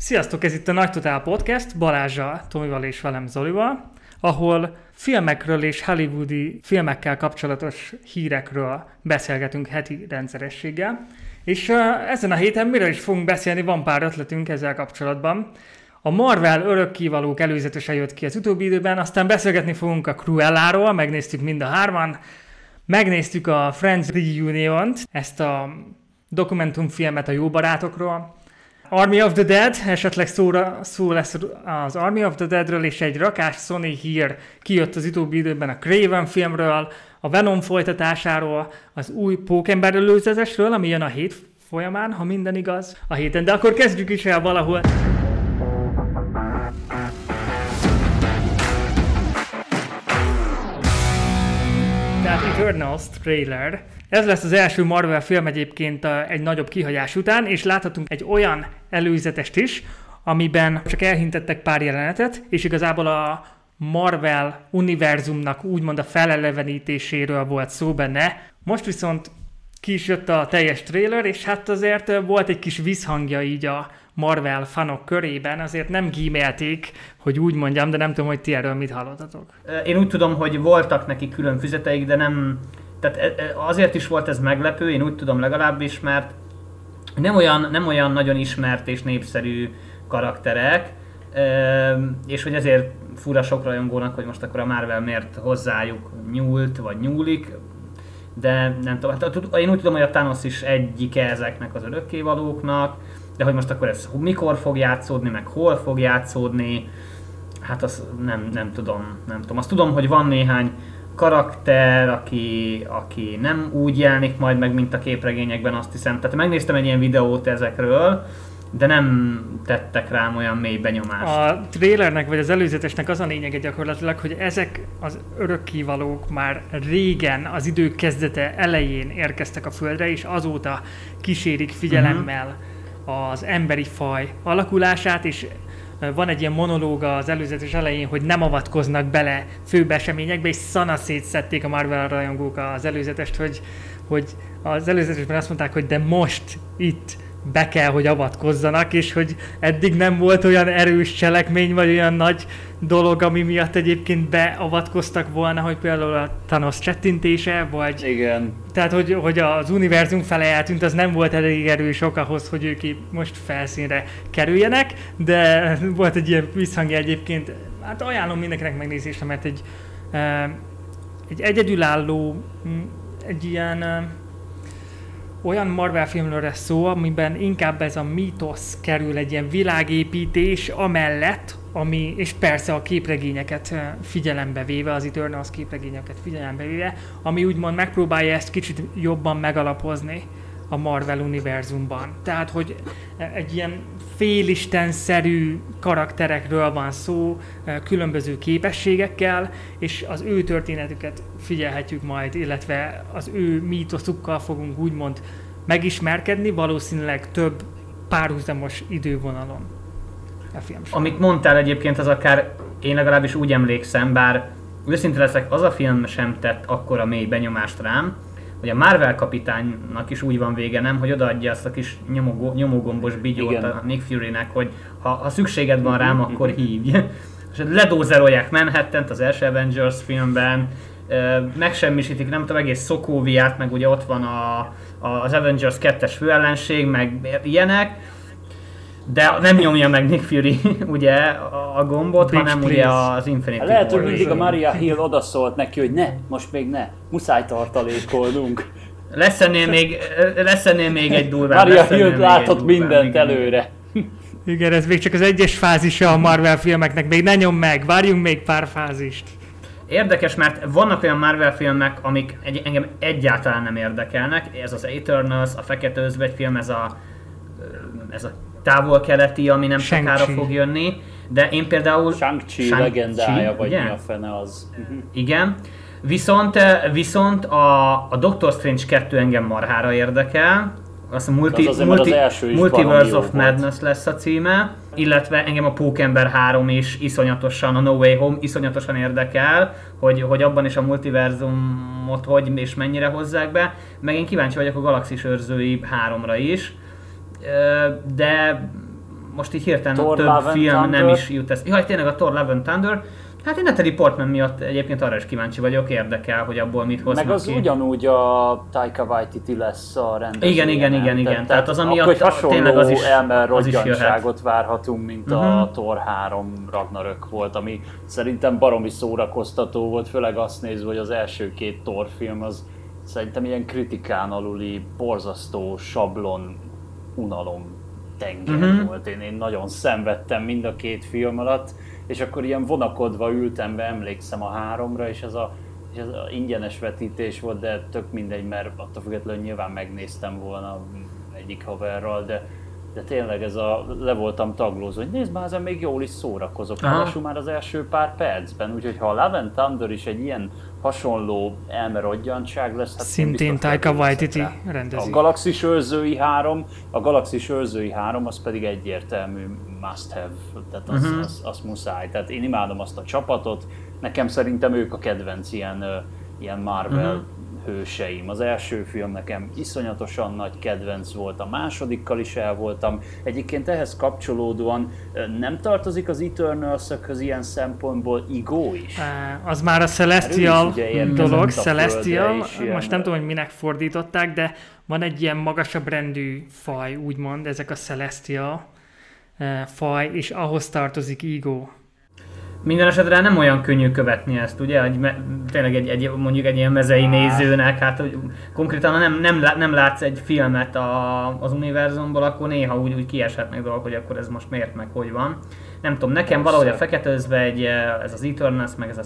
Sziasztok, ez itt a Nagy Totál Podcast, Balázsral, Tomival és velem Zolival, ahol filmekről és hollywoodi filmekkel kapcsolatos hírekről beszélgetünk heti rendszerességgel. És ezen a héten miről is fogunk beszélni, van pár ötletünk ezzel kapcsolatban. A Marvel örökkévalók előzetesen jött ki az utóbbi időben, aztán beszélgetni fogunk a Cruelláról, megnéztük mind a hárman, megnéztük a Friends Reunion-t, ezt a dokumentumfilmet a jó barátokról, Army of the Dead, esetleg szó lesz az Army of the Deadről, és egy rakás Sony hír kijött az utóbbi időben a Craven filmről, a Venom folytatásáról, az új Pókember előzetesről, ami jön a hét folyamán, ha minden igaz, a héten. De akkor kezdjük is el valahol. Tehát Eternals trailer. Ez lesz az első Marvel film egyébként egy nagyobb kihagyás után, és láthatunk egy olyan előzetest is, amiben csak elhintettek pár jelenetet, és igazából a Marvel univerzumnak úgymond a felelevenítéséről volt szó benne. Most viszont ki is jött a teljes trailer, és hát azért volt egy kis visszhangja így a Marvel fanok körében, azért nem gímelték, hogy úgy mondjam, de nem tudom, hogy ti erről mit hallottatok. Én úgy tudom, hogy voltak neki külön füzeteik, de nem... Tehát azért is volt ez meglepő, én úgy tudom legalábbis, mert nem olyan nagyon ismert és népszerű karakterek, és hogy ezért fura sok rajongónak, hogy most akkor a Marvel miért hozzájuk nyúlt, vagy nyúlik, de nem tudom, én úgy tudom, hogy a Thanos is egyike ezeknek az örökkévalóknak, de hogy most akkor ez mikor fog játszódni, meg hol fog játszódni, hát azt nem tudom. Azt tudom, hogy van néhány karakter, aki nem úgy jelenik majd meg, mint a képregényekben, azt hiszem. Tehát megnéztem egy ilyen videót ezekről, de nem tettek rám olyan mély benyomást. A trailernek vagy az előzetesnek az a lényege gyakorlatilag, hogy ezek az örökkévalók már régen, az idők kezdete elején érkeztek a Földre, és azóta kísérik figyelemmel az emberi faj alakulását, és van egy ilyen monológa az előzetes elején, hogy nem avatkoznak bele főbb eseményekbe, és szana szétszedték a Marvel rajongók az előzetest, hogy az előzetesben azt mondták, hogy de most itt be kell, hogy avatkozzanak, és hogy eddig nem volt olyan erős cselekmény, vagy olyan nagy dolog, ami miatt egyébként beavatkoztak volna, hogy például a Thanos csettintése, vagy... Igen. Tehát, hogy az univerzum fele eltűnt, az nem volt elég erős ok ahhoz, hogy ők most felszínre kerüljenek, de volt egy ilyen visszhangja egyébként, hát ajánlom mindenkinek megnézésre, mert egy egyedülálló, egy ilyen... olyan Marvel filmről lesz szó, amiben inkább ez a mítosz kerül, egy ilyen világépítés amellett, és persze a képregényeket figyelembe véve, az Eternals képregényeket figyelembe véve, ami úgymond megpróbálja ezt kicsit jobban megalapozni a Marvel univerzumban. Tehát, hogy egy ilyen félistenszerű karakterekről van szó, különböző képességekkel, és az ő történetüket figyelhetjük majd, illetve az ő mítoszukkal fogunk úgymond megismerkedni, valószínűleg több párhuzamos idővonalon a film során. Amit mondtál egyébként, az akár én legalábbis úgy emlékszem, bár őszinte leszek, az a film sem tett akkora mély benyomást rám, hogy a Marvel kapitánynak is úgy van vége, nem, hogy odaadja azt a kis nyomógombos bigyót a Nick Furynek, hogy ha szükséged van rám, akkor hívj. És ledózerolják Manhattant az első Avengers filmben, megsemmisítik, nem tudom, egész Sokoviát, meg ugye ott van az Avengers 2-es főellenség, meg ilyenek, de nem nyomja meg Nick Fury ugye a gombot, Bitch, hanem please. ugye az Infinity War. Lehet, hogy mindig a Maria Hill odaszólt neki, hogy ne, most még ne, muszáj tartalékolnunk. Lesz ennél még egy durvább. Maria Hill látott mindent előre. Igen, ez még csak az egyes fázisa a Marvel filmeknek, még ne nyom meg, várjunk még pár fázist. Érdekes, mert vannak olyan Marvel filmek, amik engem egyáltalán nem érdekelnek. Ez az Eternals, a Fekete Özvegy-film, ez a távol-keleti, ami nem sokára fog jönni. De én például... Shang-Chi legendája, vagy mi a fene az. Igen. Viszont a Doctor Strange 2 engem marhára érdekel. Az a Multiverse of Madness lesz a címe. Illetve engem a Pókember 3 is iszonyatosan, a No Way Home iszonyatosan érdekel, hogy abban is a multiverzumot hogy és mennyire hozzák be. Meg én kíváncsi vagyok a Galaxis őrzői 3-ra is. De most így hirtelen Thor több Love and film nem Thunder. is jut eszembe. Jaj, tényleg a Thor Love and Thunder. Hát én Natalie Portman miatt egyébként arra is kíváncsi vagyok, érdekel, hogy abból mit hoznak Meg az ki. ugyanúgy a Taika Waititi lesz a rendezője. Igen. Tehát az, ami akkor tényleg az is elmerrodjantságot várhatunk, mint a Thor 3 Ragnarök volt, ami szerintem baromi szórakoztató volt, főleg azt nézve, hogy az első 2 Thor film az szerintem ilyen kritikán aluli, borzasztó sablon, unalom tenger volt. Én nagyon szenvedtem mind a 2 film alatt, és akkor ilyen vonakodva ültem be, emlékszem a 3-ra, és ez a ingyenes vetítés volt, de tök mindegy, mert attól függetlenül nyilván megnéztem volna egyik haverral, de tényleg le voltam taglózva, hogy nézd már, ezen még jól is szórakozok, ráadásul már az első pár percben, úgyhogy ha a Love and Thunder is egy ilyen hasonló elmerodjantság lesz, hát szintén Taika Waititi rendezi. A Galaxis őrzői 3 az pedig egyértelmű must have, tehát az muszáj. Tehát én imádom azt a csapatot, nekem szerintem ők a kedvenc ilyen Marvel hőseim. Az első film nekem iszonyatosan nagy kedvenc volt, a másodikkal is el voltam. Egyébként ehhez kapcsolódóan nem tartozik az Eternals-ökhöz ilyen szempontból Ego is? Az már a Celestial dolog, Celestial, most nem tudom, hogy minek fordították, de van egy ilyen magasabb rendű faj, úgymond, ezek a Celestial faj, és ahhoz tartozik Ego. Minden esetre nem olyan könnyű követni ezt, ugye? Tényleg mondjuk egy ilyen mezei nézőnek, hát hogy konkrétan nem látsz egy filmet az univerzumból, akkor néha úgy kieshetnek dolgok, hogy akkor ez most miért, meg hogy van. Nem tudom, nekem valahogy a feketezve ez az Eternals, meg ez a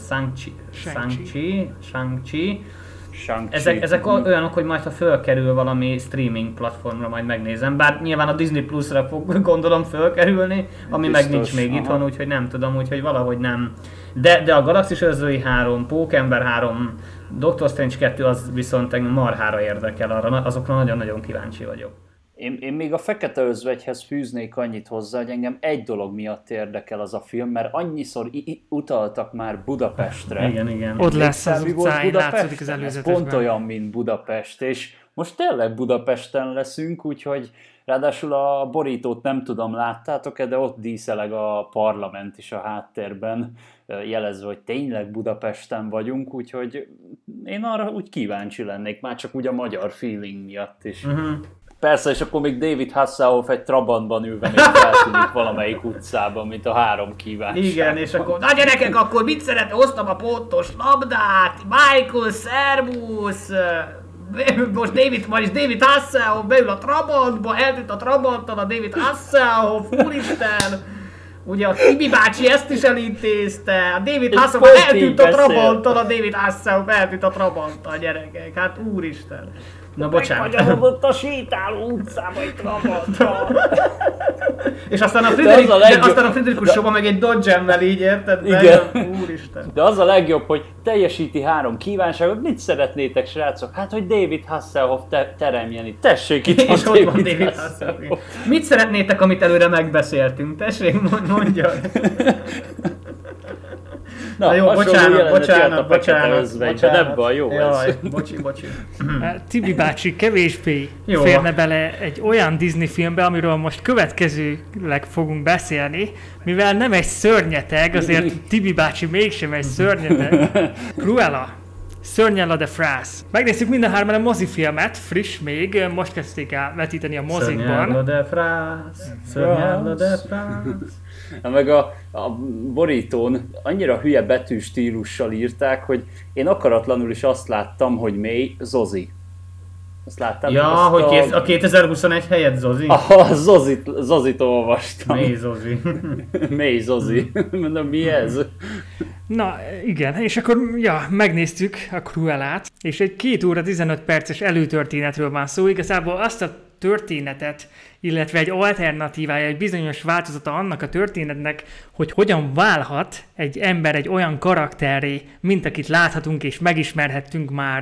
Shang-Chi. Ezek olyanok, hogy majd ha fölkerül valami streaming platformra, majd megnézem. Bár nyilván a Disney Plus-ra fog gondolom fölkerülni, ami biztos, meg nincs még itthon, úgyhogy nem tudom, úgyhogy valahogy nem. De a Galaxis őrzői 3, Pókember 3, Doctor Strange 2 az viszont marhára érdekel, azokra nagyon-nagyon kíváncsi vagyok. Én még a Fekete Özvegyhez fűznék annyit hozzá, hogy engem egy dolog miatt érdekel az a film, mert annyiszor utaltak már Budapestre. Igen. Ott lesz az utcáin, látszódik az előzetesben. Pont olyan, mint Budapest, és most tényleg Budapesten leszünk, úgyhogy ráadásul a borítót nem tudom, láttátok-e, de ott díszeleg a parlament is a háttérben, jelezve, hogy tényleg Budapesten vagyunk, úgyhogy én arra úgy kíváncsi lennék, már csak úgy a magyar feeling miatt is. Persze, és akkor még David Hasselhoff egy Trabantban ülve még feltűnik valamelyik utcában, mint a 3 kívánság. Igen, és akkor, na gyerekek, akkor mit szeretne, hoztam a pontos labdát, Michael, szervusz! Most David Hasselhoff beül a Trabantba, eltűnt a Trabanttal a David Hasselhoff, úristen! Ugye a Tibi bácsi ezt is elintézte, a David Hasselhoff eltűnt a Trabanttal, a David Hasselhoff eltűnt a Trabanttal, gyerekek, hát úristen! Na bocsánat. Megmagyarodott a sétáló utcába egy Trabanttal. És aztán a Friderikus Showban meg egy Dodge-emmel így, érted? Igen. Úristen. De az a legjobb, hogy teljesíti 3 kívánságot. Mit szeretnétek, srácok? Hát, hogy David Hasselhoff teremjen itt. Tessék, itt és ott van David Hasselhoff. Mit szeretnétek, amit előre megbeszéltünk? Tessék, mondjad. Na jó, bocsánat. Ebben jó ez. Bocsi. Tibi bácsi kevésbé férne bele egy olyan Disney filmbe, amiről most következőleg fogunk beszélni, mivel nem egy szörnyeteg, azért Tibi bácsi mégsem egy szörnyeteg. Cruella. Szörnyella de Frasz. Megnéztük mind a 3 a mozifilmet, friss még, most kezdték el vetíteni a mozikban. Szörnyella de Frasz, Szörnyella de Frasz. Meg a borítón annyira hülye betűstílussal írták, hogy én akaratlanul is azt láttam, hogy May Zozi. Azt láttam? Ja, hogy a 2021 helyett Zozi? Zozit olvastam. May Zozi. Mondom, mi ez? Na igen, és akkor megnéztük a Cruellát, és egy 2 óra 15 perces előtörténetről van szó, igazából azt a történetet, illetve egy alternatívája, egy bizonyos változata annak a történetnek, hogy hogyan válhat egy ember egy olyan karakterré, mint akit láthatunk és megismerhettünk már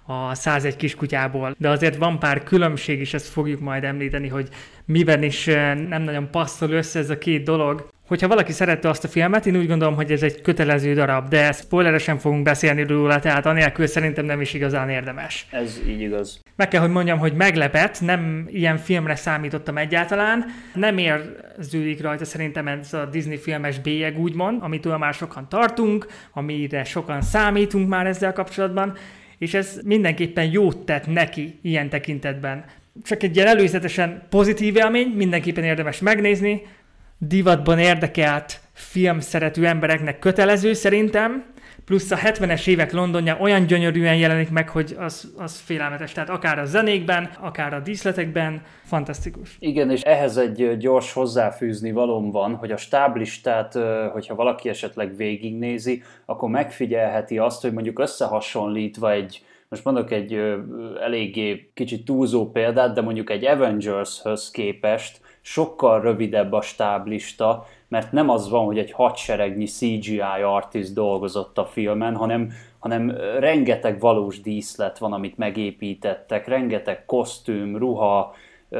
a 101 kiskutyából, de azért van pár különbség is, ezt fogjuk majd említeni, hogy miben is nem nagyon passzol össze ez a két dolog. Hogyha valaki szerette azt a filmet, én úgy gondolom, hogy ez egy kötelező darab, de spoileresen fogunk beszélni róla, tehát anélkül szerintem nem is igazán érdemes. Ez így igaz. Meg kell, hogy mondjam, hogy meglepett, nem ilyen filmre számítottam egyáltalán, nem érződik rajta szerintem ez a Disney filmes bélyeg úgymond, amitől már sokan tartunk, amire sokan számítunk már ezzel kapcsolatban, és ez mindenképpen jót tett neki ilyen tekintetben. Csak egy ilyen előzetesen pozitív élmény, mindenképpen érdemes megnézni, divatban érdekelt filmszerető embereknek kötelező szerintem, plusz a 70-es évek Londonja olyan gyönyörűen jelenik meg, hogy az félelmetes, tehát akár a zenékben, akár a díszletekben, fantasztikus. Igen, és ehhez egy gyors hozzáfűzni valóm van, hogy a stáblistát, hogyha valaki esetleg végignézi, akkor megfigyelheti azt, hogy mondjuk összehasonlítva most mondok egy eléggé kicsit túlzó példát, de mondjuk egy Avengers-höz képest sokkal rövidebb a stáblista, mert nem az van, hogy egy hadseregnyi CGI artist dolgozott a filmen, hanem rengeteg valós díszlet van, amit megépítettek, rengeteg kosztüm, ruha,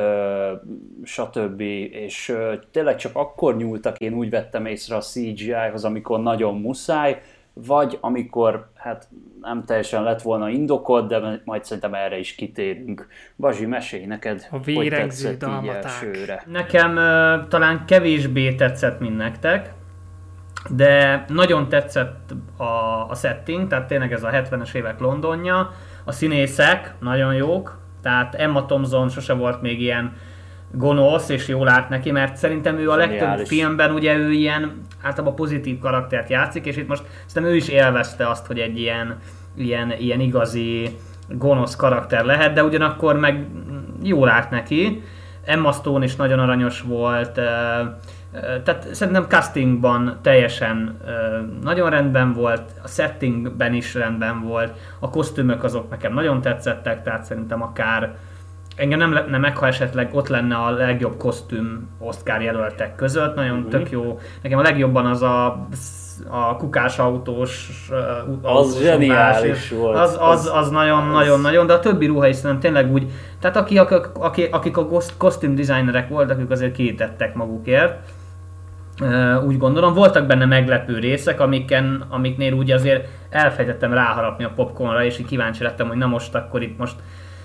stb. És tényleg csak akkor nyúltak, én úgy vettem észre a CGI-hoz, amikor nagyon muszáj, vagy amikor nem teljesen lett volna indokolt, de majd szerintem erre is kitérünk. Bazsi, mesélj neked, hogy tetszett így elsőre. Nekem talán kevésbé tetszett, mint nektek, de nagyon tetszett a setting, tehát tényleg ez a 70-es évek Londonja, a színészek nagyon jók, tehát Emma Thompson sose volt még ilyen gonosz, és jól állt neki, mert szerintem ő a legtöbb filmben ugye ő ilyen általában pozitív karaktert játszik, és itt most szerintem ő is élvezte azt, hogy egy ilyen igazi gonosz karakter lehet, de ugyanakkor meg jól állt neki. Emma Stone is nagyon aranyos volt, tehát szerintem castingban teljesen nagyon rendben volt, a settingben is rendben volt, a kosztümök azok nekem nagyon tetszettek, tehát szerintem akár engem nem lepne meg, ha esetleg ott lenne a legjobb kosztüm Oscar jelöltek között, nagyon tök jó. Nekem a legjobban az a kukás autós az zseniális volt. Az nagyon-nagyon, de a többi ruha is szerintem tényleg úgy, tehát akik a kosztüm designerek voltak, ők azért kiítettek magukért. Úgy gondolom, voltak benne meglepő részek, amiknél úgy azért elfejtettem ráharapni a popcornra, és így kíváncsi lettem, hogy na most akkor itt most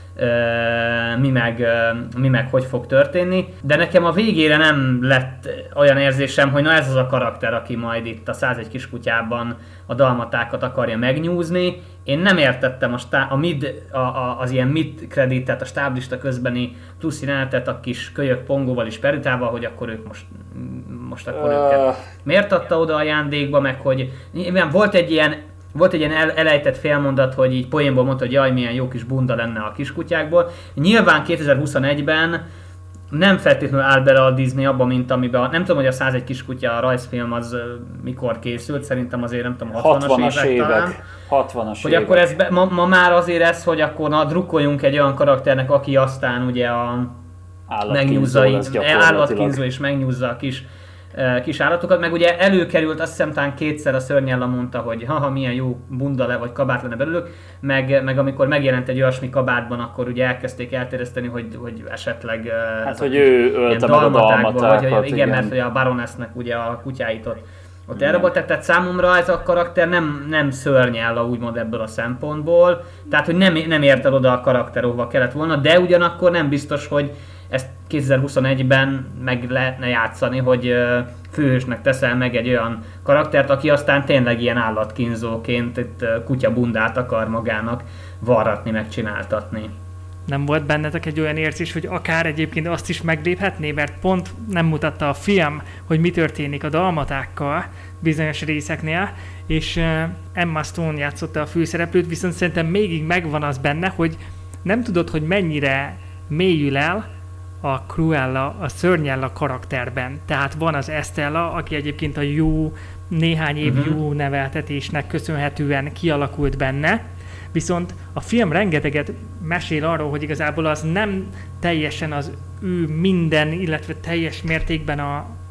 mi meg hogy fog történni, de nekem a végére nem lett olyan érzésem, hogy na ez az a karakter, aki majd itt a 101 kiskutyában a dalmatákat akarja megnyúzni. Én nem értettem az ilyen mid kreditet, a stáblista közbeni plusz jelenetet a kis kölyök Pongóval és Peritával, hogy akkor ők most akkor őket miért adta oda ajándékba, meg hogy volt egy ilyen elejtett félmondat, hogy így poénból mondta, hogy jaj, milyen jó kis bunda lenne a kiskutyákból. Nyilván 2021-ben nem feltétlenül áll bele a Disney abban, mint amiben, nem tudom, hogy a 101 kiskutya a rajzfilm az mikor készült, szerintem azért nem tudom, 60-as évek talán. 60-as hogy akkor ez ma már azért ez, hogy akkor drukkoljunk egy olyan karakternek, aki aztán ugye állatkínzó és megnyúzza a kis állatokat, meg ugye előkerült, azt hiszem talán kétszer a Szörnyella mondta, hogy haha, milyen jó bunda vagy kabát lenne belőlük, meg amikor megjelent egy olyasmi kabátban, akkor ugye elkezdték elterjeszteni, hogy esetleg hogy ő ölte meg a dalmatákat. Vagy, igen, mert a Baronessnek ugye a kutyáit ott elrabolták, tehát számomra ez a karakter nem Szörnyella úgymond ebből a szempontból, tehát hogy nem ért el oda a karakter, ahova kellett volna, de ugyanakkor nem biztos, hogy ezt 2021-ben meg lehetne játszani, hogy főhősnek teszel meg egy olyan karaktert, aki aztán tényleg ilyen állatkínzóként itt kutyabundát akar magának varratni, megcsináltatni. Nem volt bennetek egy olyan érzés, hogy akár egyébként azt is megléphetné, mert pont nem mutatta a film, hogy mi történik a dalmatákkal bizonyos részeknél, és Emma Stone játszotta a főszereplőt, viszont szerintem mégig megvan az benne, hogy nem tudod, hogy mennyire mélyül el a Cruella, a Szörnyella karakterben. Tehát van az Estella, aki egyébként a néhány év jó neveltetésnek köszönhetően kialakult benne, viszont a film rengeteget mesél arról, hogy igazából az nem teljesen az ő minden, illetve teljes mértékben a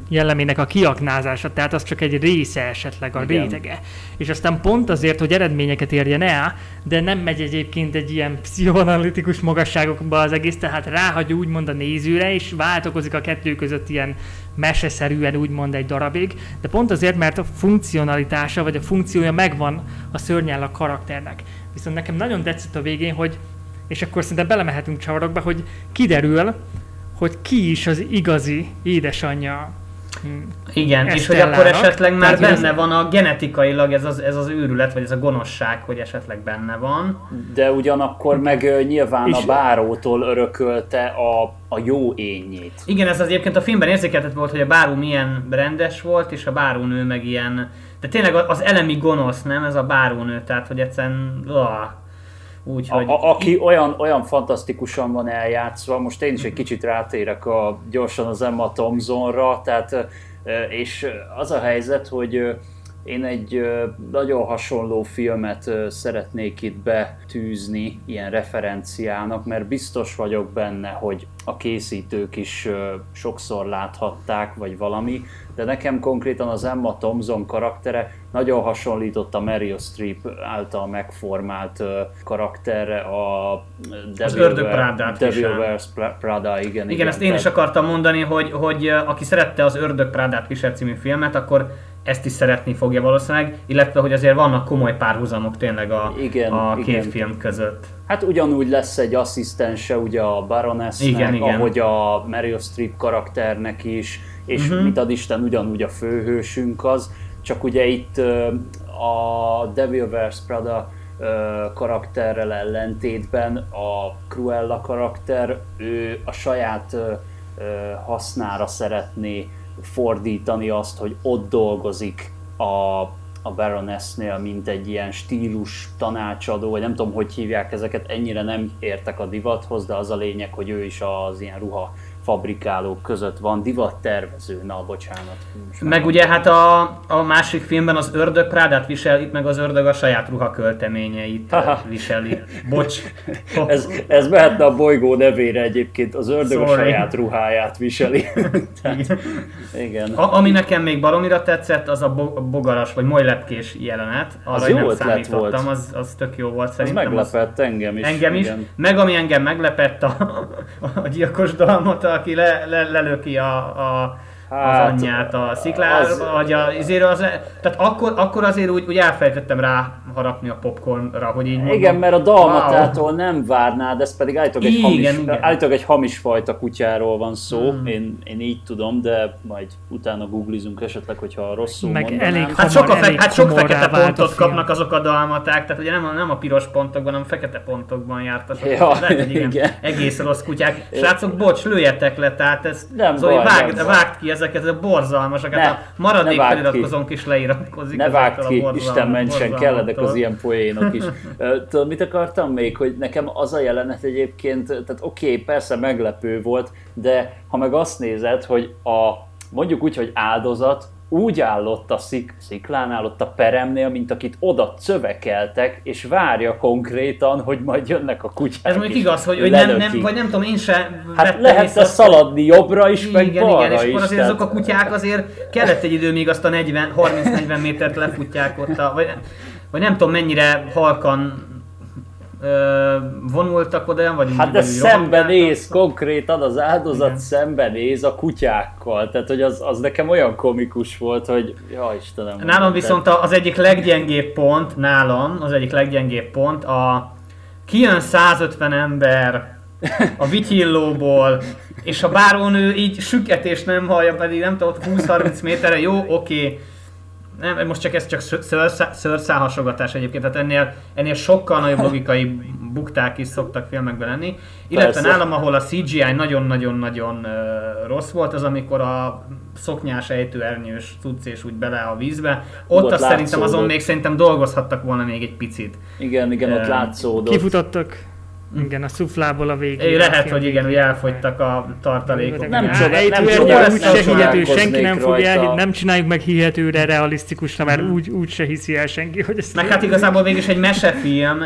jellemének a kiaknázása, tehát az csak egy része esetleg, a rétege. És aztán pont azért, hogy eredményeket érjen el, de nem megy egyébként egy ilyen pszichoanalitikus magasságokba az egész, tehát ráhagy úgymond a nézőre, és változik a kettő között ilyen meseszerűen úgymond egy darabig, de pont azért, mert a funkcionalitása, vagy a funkciója megvan a szörnyellag karakternek. Viszont nekem nagyon tetszett a végén, hogy, és akkor szerintem belemehetünk csavarokba, hogy kiderül, hogy ki is az igazi édesanyja. Igen, és hogy akkor esetleg már benne van a genetikailag ez az őrület, vagy ez a gonoszság, hogy esetleg benne van. De ugyanakkor meg nyilván a bárótól örökölte a jó énjét. Igen, ez az egyébként a filmben érzékeltető volt, hogy a báró milyen rendes volt, és a bárónő meg ilyen... De tényleg az elemi gonosz, nem? Ez a bárónő, tehát hogy egyszerűen... Úgy, hogy... Aki olyan fantasztikusan van eljátszva, most én is egy kicsit rátérek gyorsan az Emma Thompsonra, tehát, és az a helyzet, hogy én egy nagyon hasonló filmet szeretnék itt betűzni ilyen referenciának, mert biztos vagyok benne, hogy a készítők is sokszor láthatták, vagy valami, de nekem konkrétan az Emma Thompson karaktere nagyon hasonlított a Meryl Streep által megformált karakterre, a Devil Wears Prada, igen. Igen, ezt én is akartam mondani, hogy aki szerette az Ördög Prádát visel című filmet, akkor ezt is szeretni fogja valószínűleg, illetve hogy azért vannak komoly párhuzamok tényleg a két film között. Hát ugyanúgy lesz egy asszisztense ugye a Baronessnek, ahogy a Meryl Streep karakternek is, és mit ad Isten, ugyanúgy a főhősünk az, csak ugye itt a Devil Wears Prada karakterrel ellentétben a Cruella karakter, ő a saját hasznára szeretné fordítani azt, hogy ott dolgozik a Baronessnél, mint egy ilyen stílus tanácsadó, vagy nem tudom, hogy hívják ezeket, ennyire nem értek a divathoz, de az a lényeg, hogy ő is az ilyen ruha fabrikálók között van, divattervező, bocsánat. Meg ugye hát a másik filmben az ördög Prádát visel, itt meg az ördög a saját ruhakölteményeit viseli. Bocs. Ez mehetne a bolygó nevére egyébként, az ördög a saját ruháját viseli. Tehát, igen. Ami nekem még baromira tetszett, az a bogaras vagy molylepkés jelenet. Arra az jó ötlet volt. Az tök jó volt szerintem. Az meglepett engem is. Engem is. Meg ami engem meglepett a gyilkos dalmat, aki lelöki az anyját a sziklára, vagy tehát akkor azért úgy elfelejtettem rá harapni a popcornra, hogy így mondom. Igen, mert a dalmatától nem várnád, ez pedig állítólag egy hamis fajta kutyáról van szó, én így tudom, de majd utána googlizunk esetleg, hogyha rosszul mondanám. Sok fekete pontot kapnak azok a dalmaták, tehát ugye nem a piros pontokban, hanem a fekete pontokban jártak. Lehet, hogy igen, egész rossz kutyák. Srácok, bocs, lőjetek le, tehát ez Zoli vágd ki ezeket a borzalmasak, a maradék feliratkozónk is leiratkozik. Ne vágd ki, Isten mentsen, kelledek az ilyen poénok is. Tudod, mit akartam még? Hogy nekem az a jelenet egyébként, tehát oké, persze meglepő volt, de ha meg azt nézed, hogy mondjuk úgy, hogy áldozat úgy állott a sziklánál, ott a peremnél, mint akit oda cövekeltek, és várja konkrétan, hogy majd jönnek a kutyák. Ez mondjuk igaz, hogy nem tudom, én se hát lehetne szaladni jobbra is, meg balra is. És akkor azért azok a kutyák azért kellett egy idő, még azt a 30-40 métert lefutják ott, vagy nem tudom mennyire halkan vonultak oda, vagy... Hát de szembenéz konkrétan, az áldozat szembenéz a kutyákkal, tehát hogy az nekem olyan komikus volt, hogy ja Istenem. Nálam viszont az egyik leggyengébb pont, kijön 150 ember a vityillóból, és a bárónő így süketést nem hallja, pedig nem tudom, 20-30 méterre, jó, oké. Nem, most ez csak szőrszálhasogatás egyébként, tehát ennél sokkal nagyobb logikai bukták is szoktak filmekben lenni. Illetve nálam, ahol a CGI nagyon-nagyon-nagyon rossz volt, az amikor a szoknyás ejtőernyős cucc és úgy bele a vízbe. Ott azt szerintem azon még dolgozhattak volna még egy picit. Igen, ott látszódott. Kifutottak. Igen, a szuflából a végén. Lehet, hogy igen, hogy elfogytak a tartalékok. Nem csodálkoznék senki nem fogja elhinni, nem csináljuk meg hihetőre, realisztikusra, mert úgy se hiszi el senki, hogy ezt... Meg hát igazából végül is egy mesefilm,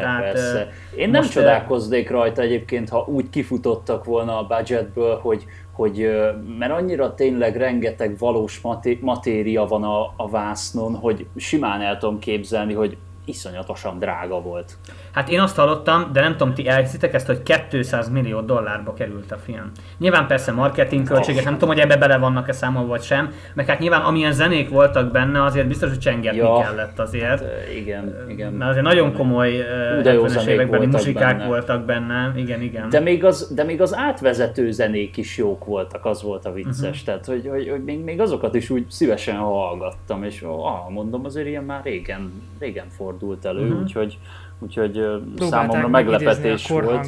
Persze. Én nem csodálkoznék rajta egyébként, ha úgy kifutottak volna a budgetből, hogy mert annyira tényleg rengeteg valós matéria van a vásznon, hogy simán el tudom képzelni, hogy iszonyatosan drága volt. Hát én azt hallottam, de nem tudom, ti elhiszitek ezt, hogy $200 millió került a film. Nyilván persze marketing költségek, nem tudom, hogy ebbe bele vannak-e számolva vagy sem, meg hát nyilván amilyen zenék voltak benne, azért biztos, hogy csengetni kellett azért. Hát, igen. Mert azért nagyon komoly 70-es évekbeli muzsikák voltak benne. Igen. De még az átvezető zenék is jók voltak, az volt a vicces. Tehát, hogy még azokat is úgy szívesen hallgattam, és mondom, azért ilyen már régen fordult elő, úgyhogy számomra meglepetés volt.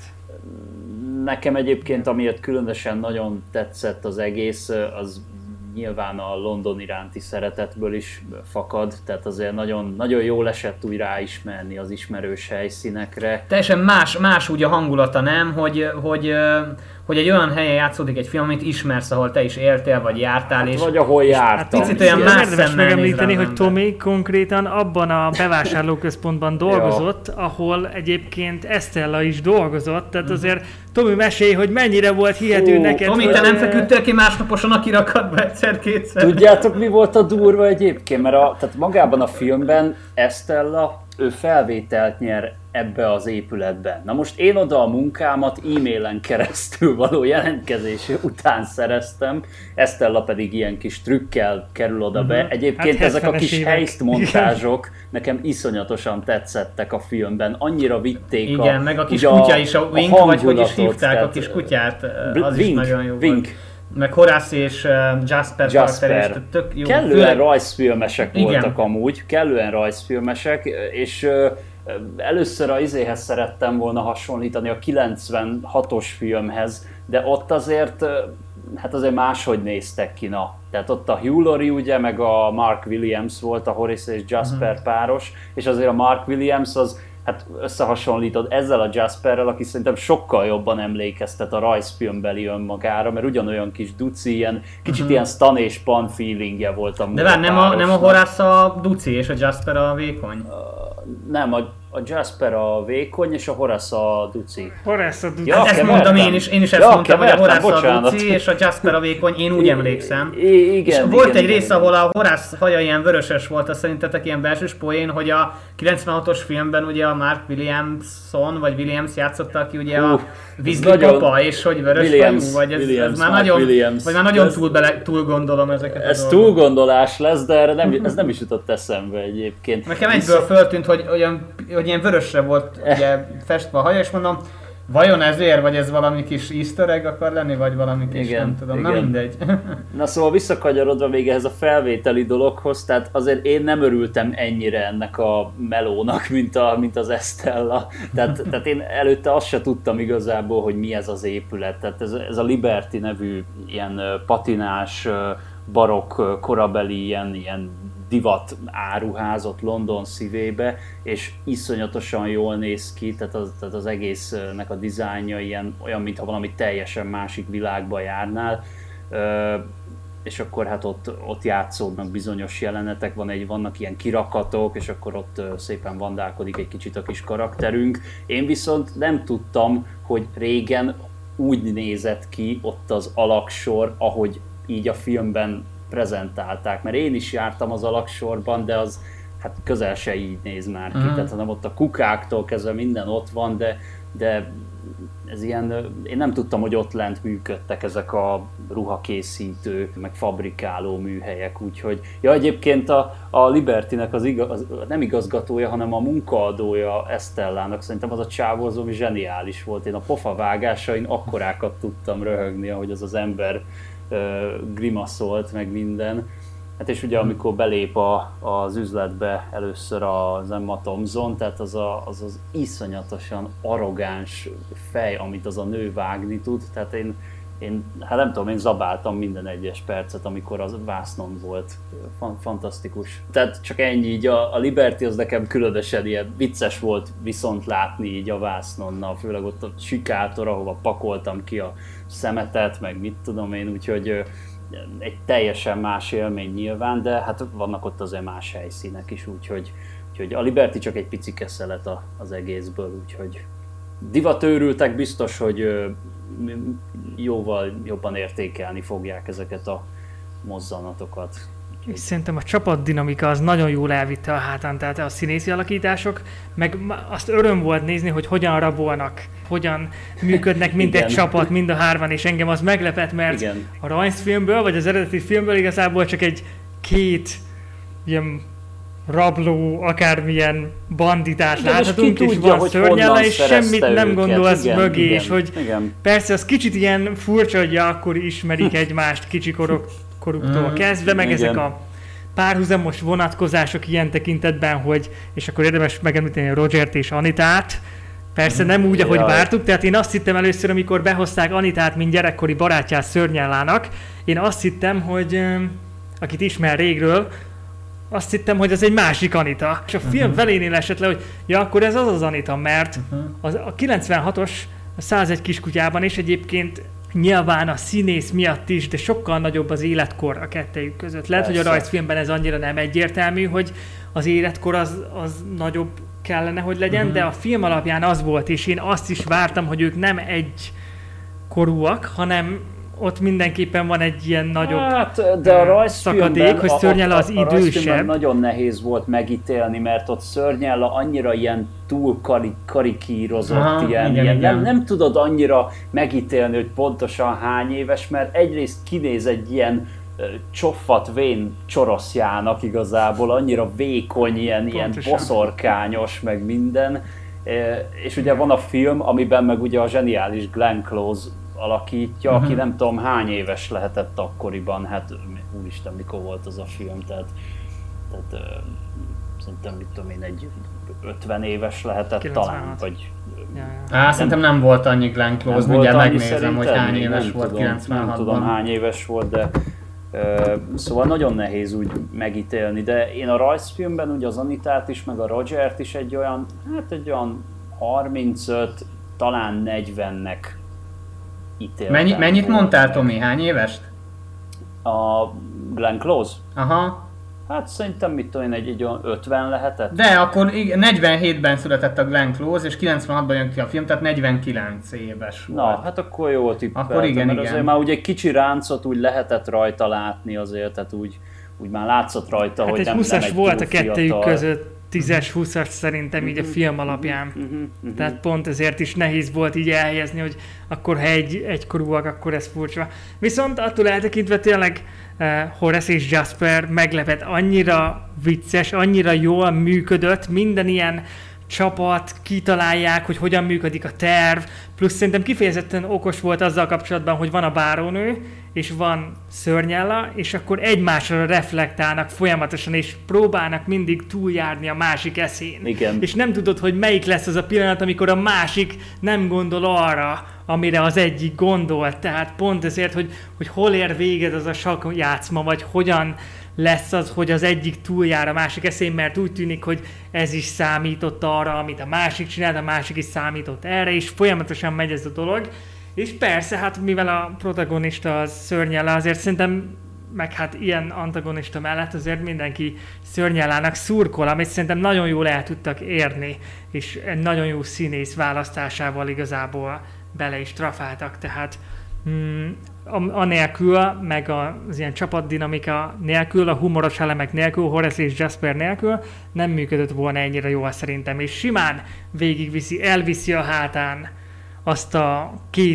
Nekem egyébként, amiért különösen nagyon tetszett az egész, az nyilván a London iránti szeretetből is fakad, tehát azért nagyon, nagyon jól esett úgy ráismerni az ismerős helyszínekre. Teljesen más úgy a hangulata, nem? Hogy egy olyan helyen játszódik egy film, amit ismersz, ahol te is éltél, vagy jártál. Hát, vagy ahol jártam. Picit olyan más érdemes megemlíteni, hogy Tomi konkrétan abban a bevásárlóközpontban dolgozott, ahol egyébként Estella is dolgozott, tehát azért Tomi, mesélj, hogy mennyire volt hihető neked. Tomi, te nem feküdtél ki másnaposan a kirakatba egyszer-kétszer? Tudjátok, mi volt a durva egyébként? Mert tehát magában a filmben Estella, ő felvételt nyer ebbe az épületben. Na most én oda a munkámat e-mailen keresztül való jelentkezés után szereztem, Estella pedig ilyen kis trükkel kerül oda be. Egyébként hát ezek a kis heist-montázsok nekem iszonyatosan tetszettek a filmben. Annyira vitték igen, meg a kis kutya is, a Wink, vagy hogy is hívták a kis kutyát, az is nagyon jó volt. Meg Horace és Jasper. Tök jó. Kellően rajzfilmesek voltak amúgy, kellően rajzfilmesek, és először a izéhez szerettem volna hasonlítani, a 96-os filmhez, de ott azért, hát azért máshogy néztek ki, na. Tehát ott a Hugh Laurie ugye, meg a Mark Williams volt a Horace és Jasper páros, és azért a Mark Williams az, hát összehasonlítod ezzel a Jasperrel, aki szerintem sokkal jobban emlékeztet a rajzfilmbeli önmagára, mert ugyanolyan kis duci, ilyen, kicsit ilyen Stan és Pan feelingje volt a de vár, nem a Horace a duci és a Jasper a vékony? Nem, a Jasper a vékony és a Horace a duci. Horace a duci. Ja, ezt mondtam én is ezt mondtam, hogy a Horace a duci és a Jasper a vékony, én úgy emlékszem. Igen, és volt egy rész, ahol a Horace haja ilyen vöröses volt, azt szerintetek ilyen belsős poén, hogy a 96-os filmben ugye a Mark Williamson, vagy Williams játszotta, aki ugye a Weasley papa, és hogy vörös hajú, vagy ez már nagyon túl gondolom ezeket. Ez túlgondolás lesz, de erre ez nem is jutott eszembe egyébként. Nekem egyből föltűnt, hogy ilyen vörösre volt ugye festve a haja, és mondom, vajon ezért, vagy ez valami kis easter egg akar lenni, vagy valami kis, igen, nem tudom, igen. Na mindegy. Na szóval visszakanyarodva még ehhez a felvételi dologhoz, tehát azért én nem örültem ennyire ennek a melónak, mint az Estella. Tehát én előtte azt se tudtam igazából, hogy mi ez az épület. Tehát ez a Liberty nevű ilyen patinás, barokk, korabeli ilyen divat áruházat London szívébe, és iszonyatosan jól néz ki, tehát az egésznek a dizájnja olyan, mintha valami teljesen másik világba járnál, és akkor hát ott játszódnak bizonyos jelenetek, vannak ilyen kirakatok, és akkor ott szépen vandálkodik egy kicsit a kis karakterünk. Én viszont nem tudtam, hogy régen úgy nézett ki ott az alaksor, ahogy így a filmben prezentálták, mert én is jártam az alaksorban, de az hát közel se így néz már ki, tehát hanem ott a kukáktól kezdve minden ott van, de ez ilyen, én nem tudtam, hogy ott lent működtek ezek a ruhakészítő, meg fabrikáló műhelyek, úgyhogy, ja, egyébként a Libertynek nem igazgatója, hanem a munkaadója Estellának, szerintem az a csávó az, ami zseniális volt, én a pofavágásain akkorákat tudtam röhögni, ahogy az ember grimaszolt, meg minden. Hát és ugye amikor belép az üzletbe először az Emma Thompson, tehát az iszonyatosan arrogáns fej, amit az a nő vágni tud, tehát én hát nem tudom, én zabáltam minden egyes percet, amikor az vásznon volt. Fantasztikus. Tehát csak ennyi, így a Liberty az nekem különösen ilyen vicces volt viszont látni így a vásznonnal, főleg ott a sikátor, ahova pakoltam ki a szemetet, meg mit tudom én, úgyhogy egy teljesen más élmény nyilván, de hát vannak ott azért más helyszínek is, úgyhogy a Liberty csak egy pici keszelet az egészből, úgyhogy divatőrültek biztos, hogy jóval jobban értékelni fogják ezeket a mozzanatokat. És szerintem a csapatdinamika az nagyon jól elvitte a hátán, tehát a színészi alakítások, meg azt öröm volt nézni, hogy hogyan rabolnak, hogyan működnek mint egy csapat, mind a hárman, és engem az meglepett, mert a rajzfilmből, vagy az eredeti filmből igazából csak két ilyen rabló, akármilyen banditát láthatunk, és van szörnyella, és semmit nem gondolsz mögé, és hogy persze az kicsit ilyen furcsa, hogy akkor ismerik egymást kicsi koruktól kezdve, meg ezek a párhuzamos vonatkozások ilyen tekintetben, hogy, és akkor érdemes megemlíteni Rogert és Anitát, persze nem úgy, ahogy vártuk, tehát én azt hittem először, amikor behozták Anitát, mint gyerekkori barátját Szörnyellának, én azt hittem, hogy akit ismer régről, azt hittem, hogy az egy másik Anita. És a film felénél esett le, hogy ja, akkor ez az Anita, mert a 96-os a 101 kiskutyában is egyébként nyilván a színész miatt is, de sokkal nagyobb az életkor a kettejük között. Lehet, hogy a rajzfilmben ez annyira nem egyértelmű, hogy az életkor az nagyobb kellene, hogy legyen, de a film alapján az volt, és én azt is vártam, hogy ők nem egy korúak, hanem ott mindenképpen van egy ilyen nagyobb de a szakadék, hogy Szörnyella az idősebb. Nagyon nehéz volt megítélni, mert ott Szörnyella annyira ilyen túl karikírozott, nem tudod annyira megítélni, hogy pontosan hány éves, mert egyrészt kinéz egy ilyen csofat vén csoroszjának igazából, annyira vékony, ilyen boszorkányos, meg minden. És ugye van a film, amiben meg ugye a zseniális Glenn Close alakítja, aki nem tudom hány éves lehetett akkoriban, hát úristen, mikor volt az a film, tehát szerintem mit tudom én, egy 50 éves lehetett 96. Talán, vagy... Szerintem nem volt annyi Glenn Close, mindjárt megnézem, hogy hány éves volt 96-ban. Nem tudom hány éves volt, de szóval nagyon nehéz úgy megítélni, de én a rajzfilmben ugye az Anitát is, meg a Rogert is egy olyan 35, talán 40-nek ítéltem. Mennyit mondtál, Tomi? Hány évest? A Glenn Close? Aha. Hát szerintem mit tudom én, egy olyan 50 lehetett. De akkor 47-ben született a Glenn Close, és 96-ban jön ki a film, tehát 49 éves volt. Na, hát akkor jól tippeltem. Akkor igen. Azért már ugye egy kicsi ráncot úgy lehetett rajta látni azért, tehát úgy már látszott rajta, hát hogy egy 20-as volt a kettőjük között. 10-es, 20-as szerintem így a film alapján. Tehát pont ezért is nehéz volt így elhelyezni, hogy akkor ha egykorúak, akkor ez furcsa. Viszont attól eltekintve tényleg Horace és Jasper meglepett, annyira vicces, annyira jól működött, minden ilyen csapat, kitalálják, hogy hogyan működik a terv, plusz szerintem kifejezetten okos volt azzal kapcsolatban, hogy van a bárónő, és van Szörnyella, és akkor egymásra reflektálnak folyamatosan, és próbálnak mindig túljárni a másik eszén. Igen. És nem tudod, hogy melyik lesz az a pillanat, amikor a másik nem gondol arra, amire az egyik gondolt. Tehát pont ezért, hogy hol ér véged az a sakkjátszma, vagy hogyan lesz az, hogy az egyik túljár a másik eszén, mert úgy tűnik, hogy ez is számított arra, amit a másik csinált, a másik is számított erre, és folyamatosan megy ez a dolog. És persze, hát mivel a protagonista az Szörnyella, azért szerintem, meg hát ilyen antagonista mellett azért mindenki Szörnyellának szurkol, amit szerintem nagyon jól el tudtak érni, és egy nagyon jó színész választásával igazából bele is trafáltak, tehát anélkül, meg az ilyen csapatdinamika nélkül, a humoros elemek nélkül, Horace és Jasper nélkül nem működött volna ennyire jól szerintem, és simán elviszi a hátán azt a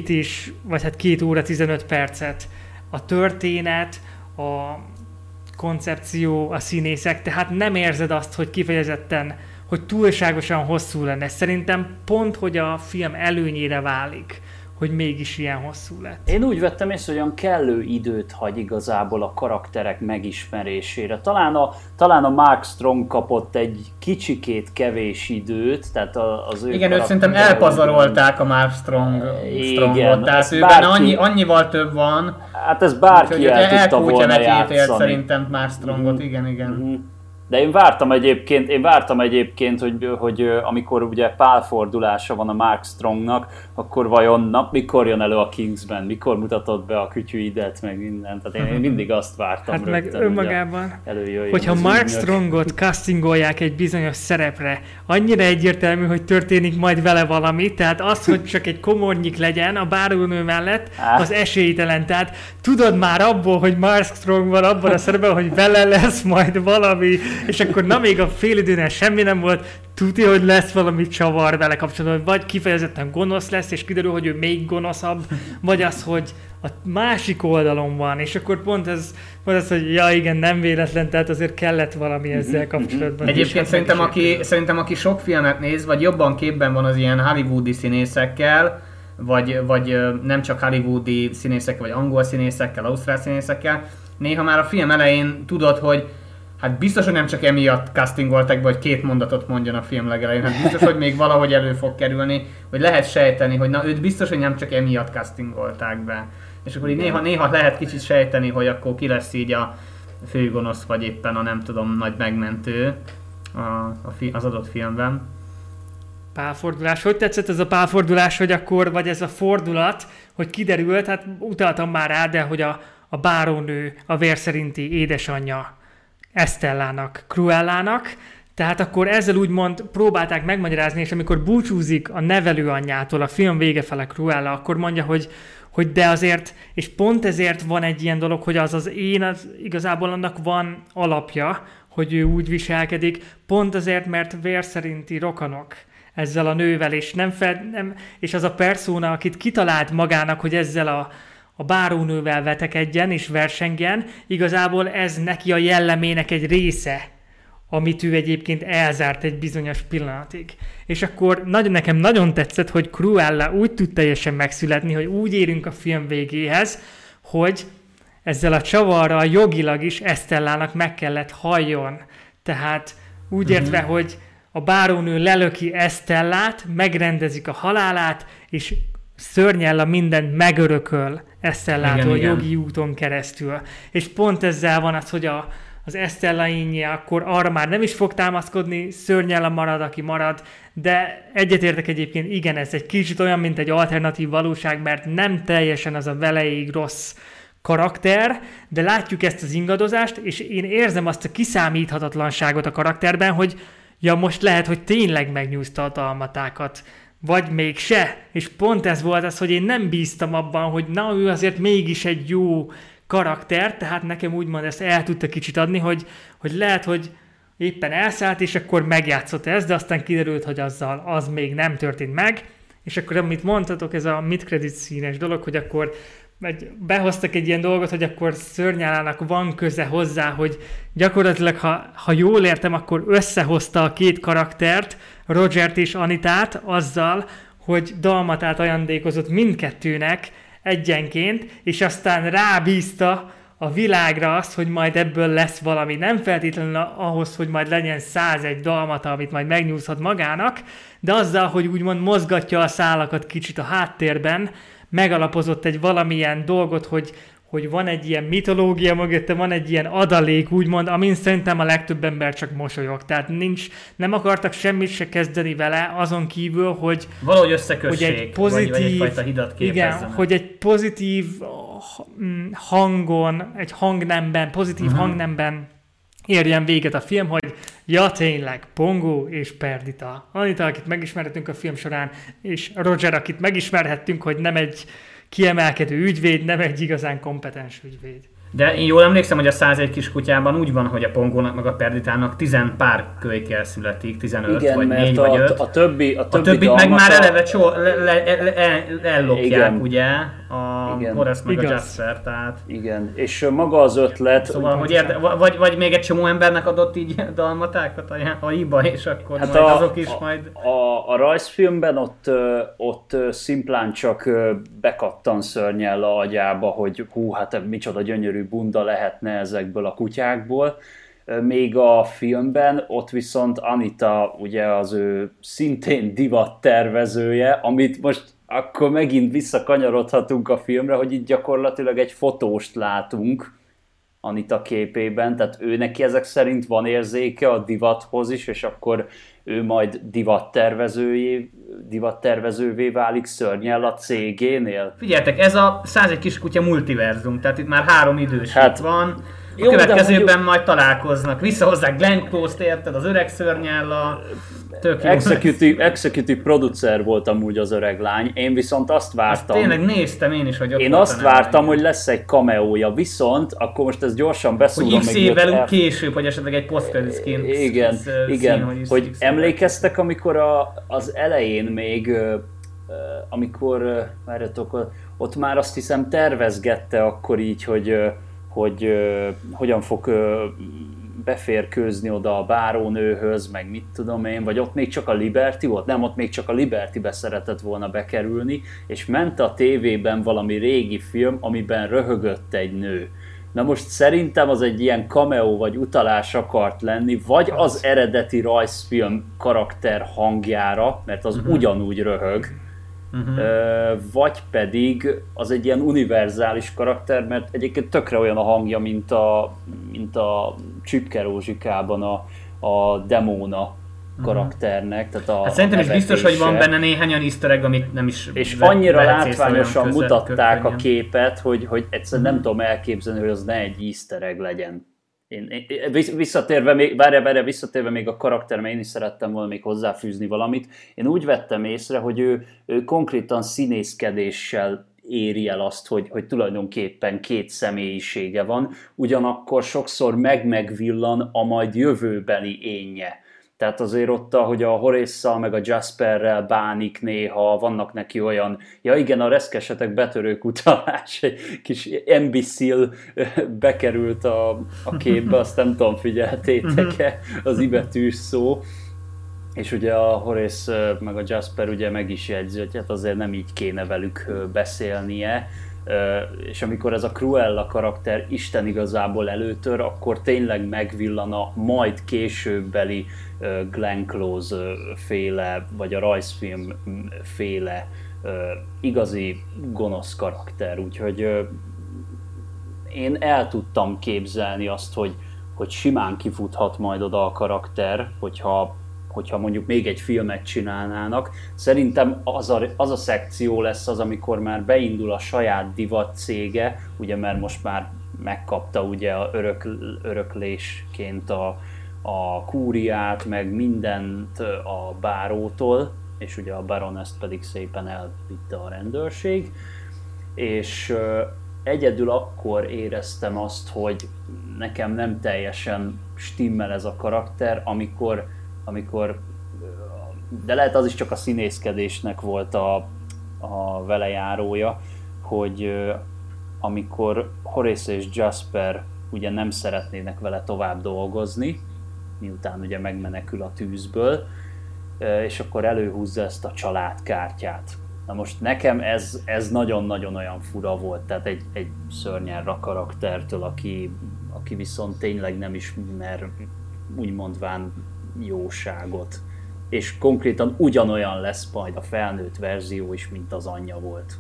2 óra 15 percet, a történet, a koncepció, a színészek, tehát nem érzed azt, hogy kifejezetten, hogy túlságosan hosszú lenne. Szerintem pont, hogy a film előnyére válik, hogy mégis ilyen hosszú lett. Én úgy vettem észre, hogy olyan kellő időt hagy igazából a karakterek megismerésére. Talán a Mark Strong kapott egy kicsikét kevés időt, tehát az ő igen, őt szerintem elpazarolták a Mark Strongot, tehát őben annyival több van. Hát ez bárki el tudta volna játszani. szerintem Mark Strongot, igen. De én vártam egyébként, hogy amikor ugye pálfordulása van a Mark Strongnak, akkor vajon mikor jön elő a Kingsman, mikor mutatod be a kütyüidet, meg minden. Tehát én mindig azt vártam hát rögtön, meg önmagában, hogy hogyha Mark Strongot castingolják egy bizonyos szerepre, annyira egyértelmű, hogy történik majd vele valami, tehát az, hogy csak egy komornyik legyen a bárónő mellett, az esélytelen. Tehát tudod már abból, hogy Mark Strong van abban a szerepben, hogy vele lesz majd valami, és akkor még a félidőnél semmi nem volt, tudja, hogy lesz valami csavar vele kapcsolatban, vagy kifejezetten gonosz lesz, és kiderül, hogy ő még gonoszabb, vagy az, hogy a másik oldalon van, és akkor pont ez, hogy ja igen, nem véletlen, tehát azért kellett valami ezzel kapcsolatban. Egyébként szerintem aki sok filmet néz, vagy jobban képben van az ilyen hollywoodi színészekkel, vagy nem csak hollywoodi színészekkel, vagy angol színészekkel, ausztrál színészekkel, néha már a film elején tudod, hogy hát biztos, hogy nem csak emiatt castingolták be, hogy 2 mondatot mondjon a film legelején, hát biztos, hogy még valahogy elő fog kerülni, hogy lehet sejteni, hogy na őt biztos, hogy nem csak emiatt castingolták be. És akkor így néha lehet kicsit sejteni, hogy akkor ki lesz így a főgonosz, vagy éppen a nem tudom, nagy megmentő az adott filmben. Pálfordulás. Hogy tetszett ez a pálfordulás, hogy akkor, vagy ez a fordulat, hogy kiderült, hát utaltam már rá, de hogy a bárónő a vér szerinti édesanyja Estellának, Cruellának, tehát akkor ezzel úgymond próbálták megmagyarázni, és amikor búcsúzik a nevelőanyjától a film vége fele Cruella, akkor mondja, hogy de azért, és pont ezért van egy ilyen dolog, hogy az igazából annak van alapja, hogy ő úgy viselkedik, pont azért, mert vér szerinti rokonok ezzel a nővel, és és az a perszóna, akit kitalált magának, hogy ezzel a bárónővel vetekedjen és versengjen, igazából ez neki a jellemének egy része, amit ő egyébként elzárt egy bizonyos pillanatig. És akkor nekem nagyon tetszett, hogy Cruella úgy tud teljesen megszületni, hogy úgy érünk a film végéhez, hogy ezzel a csavarral jogilag is Estellának meg kellett halljon. Tehát úgy értve, hogy a bárónő lelöki Estellát, megrendezik a halálát, és Szörnyella mindent megörököl Estellától jogi úton keresztül. És pont ezzel van az, hogy az Estella-ínje akkor arra már nem is fog támaszkodni, Szörnyella marad, aki marad, de egyetértek egyébként, igen, ez egy kicsit olyan, mint egy alternatív valóság, mert nem teljesen az a veleig rossz karakter, de látjuk ezt az ingadozást, és én érzem azt a kiszámíthatatlanságot a karakterben, hogy ja, most lehet, hogy tényleg megnyúzta a dalmatákat, vagy mégse. És pont ez volt az, hogy én nem bíztam abban, hogy na, ő azért mégis egy jó karakter, tehát nekem úgymond ezt el tudta kicsit adni, hogy lehet, hogy éppen elszállt, és akkor megjátszott ezt, de aztán kiderült, hogy az még nem történt meg, és akkor amit mondtatok, ez a mid-credit színes dolog, hogy akkor behoztak egy ilyen dolgot, hogy akkor Szörnyellának van köze hozzá, hogy gyakorlatilag, ha jól értem, akkor összehozta a 2 karaktert, Rogert és Anitát azzal, hogy dalmatát ajándékozott mindkettőnek egyenként, és aztán rábízta a világra azt, hogy majd ebből lesz valami. Nem feltétlenül ahhoz, hogy majd legyen 101 dalmata, amit majd megnyúzhat magának, de azzal, hogy úgymond mozgatja a szálakat kicsit a háttérben, megalapozott egy valamilyen dolgot, hogy van egy ilyen mitológia mögötte, van egy ilyen adalék, úgymond, amin szerintem a legtöbb ember csak mosolyog. Tehát nem akartak semmit se kezdeni vele, azon kívül, hogy valahogy összekössék, hogy egy pozitív, vagy egyfajta hidat képezzenek. Igen, hogy egy pozitív hangon, egy hangnemben, pozitív hangnemben érjen véget a film, hogy ja tényleg, Pongo és Perdita. Anita, akit megismerhetünk a film során, és Roger, akit megismerhettünk, hogy nem egy kiemelkedő ügyvéd, nem egy igazán kompetens ügyvéd. De én jól emlékszem, hogy a 101 kiskutyában úgy van, hogy a Pongónak meg a Perditának 10 pár kölykel születik, 15 igen, vagy 4 vagy 5. A többi meg már eleve ellopják, igen. Ugye, a Horace meg igaz. A Jasper, tehát... Igen, és maga az ötlet... Szóval, hogy vagy még egy csomó embernek adott így dalmatákat a hiba, és akkor hát majd azok is majd... A rajzfilmben ott szimplán csak bekattan Szörnyella agyába, hogy hú, hát micsoda gyönyörű bunda lehetne ezekből a kutyákból. Még a filmben ott viszont Anita, ugye az ő szintén divattervezője, amit most akkor megint visszakanyarodhatunk a filmre, hogy itt gyakorlatilag egy fotóst látunk, Anita képében, tehát ő neki ezek szerint van érzéke a divathoz is, és akkor ő majd divattervezővé válik Szörnyel a cégénél. Figyeljetek, ez a 101 kiskutya multiverzum, tehát itt már 3 idős van. A jó, következőben majd találkoznak. Visszahozzák Glenn Close-t, érted, az öreg Szörnyella. Executive producer volt amúgy az öreg lány, én viszont azt vártam. Azt tényleg néztem én is, hogy ott én azt vártam, hogy lesz egy cameója, viszont akkor most ezt gyorsan beszúrom. Hogy x évvel később, hogy esetleg egy post-credit Igen, hogy emlékeztek, amikor az elején még, amikor, várjatok, ott már azt hiszem tervezgette akkor így, hogy hogyan fog beférkőzni oda a bárónőhöz, meg mit tudom én, vagy ott még csak a Liberty volt? Nem, ott még csak a Libertybe szeretett volna bekerülni, és ment a tévében valami régi film, amiben röhögött egy nő. Na most szerintem az egy ilyen cameo vagy utalás akart lenni, vagy az eredeti rajzfilm karakter hangjára, mert az ugyanúgy röhög, vagy pedig az egy ilyen univerzális karakter, mert egyébként tökre olyan a hangja, mint a Csüpke Rózsikában a Demóna karakternek. Tehát szerintem is biztos, hogy van benne néhány olyan easter egg, amit nem is... És annyira látványosan mutatták a képet, hogy egyszerűen nem tudom elképzelni, hogy az ne egy easter egg legyen. Visszatérve még a karakter, mert én is szerettem volna még hozzáfűzni valamit. Én úgy vettem észre, hogy ő konkrétan színészkedéssel éri el azt, hogy tulajdonképpen 2 személyisége van, ugyanakkor sokszor megvillan a majd jövőbeli énje. Tehát azért ott, ahogy a Horace-szal meg a Jasperrel bánik néha, vannak neki olyan, ja igen, a reszkesetek betörők utalás, egy kis imbecile bekerült a képbe, azt nem tudom, figyeltétek-e, az ibetűs szó. És ugye a Horace meg a Jasper ugye meg is jegyzi, hogy hát azért nem így kéne velük beszélnie. És amikor ez a Cruella karakter Isten igazából előtör, akkor tényleg megvillan a majd későbbeli Glenn Close féle, vagy a rajzfilm féle igazi gonosz karakter. Úgyhogy én el tudtam képzelni azt, hogy simán kifuthat majd oda a karakter, hogyha mondjuk még egy filmet csinálnának. Szerintem az a szekció lesz az, amikor már beindul a saját divat cége, ugye mert most már megkapta ugye a öröklésként a kúriát, meg mindent a bárótól, és ugye a Baroness pedig szépen elvitte a rendőrség, és egyedül akkor éreztem azt, hogy nekem nem teljesen stimmel ez a karakter, amikor, de lehet az is csak a színészkedésnek volt a velejárója, hogy amikor Horace és Jasper ugye nem szeretnének vele tovább dolgozni, miután ugye megmenekül a tűzből, és akkor előhúzza ezt a családkártyát. Na most nekem ez nagyon-nagyon olyan fura volt, tehát egy szörnyelra karaktertől, aki viszont tényleg nem ismer úgy mondván jóságot. És konkrétan ugyanolyan lesz majd a felnőtt verzió is, mint az anyja volt.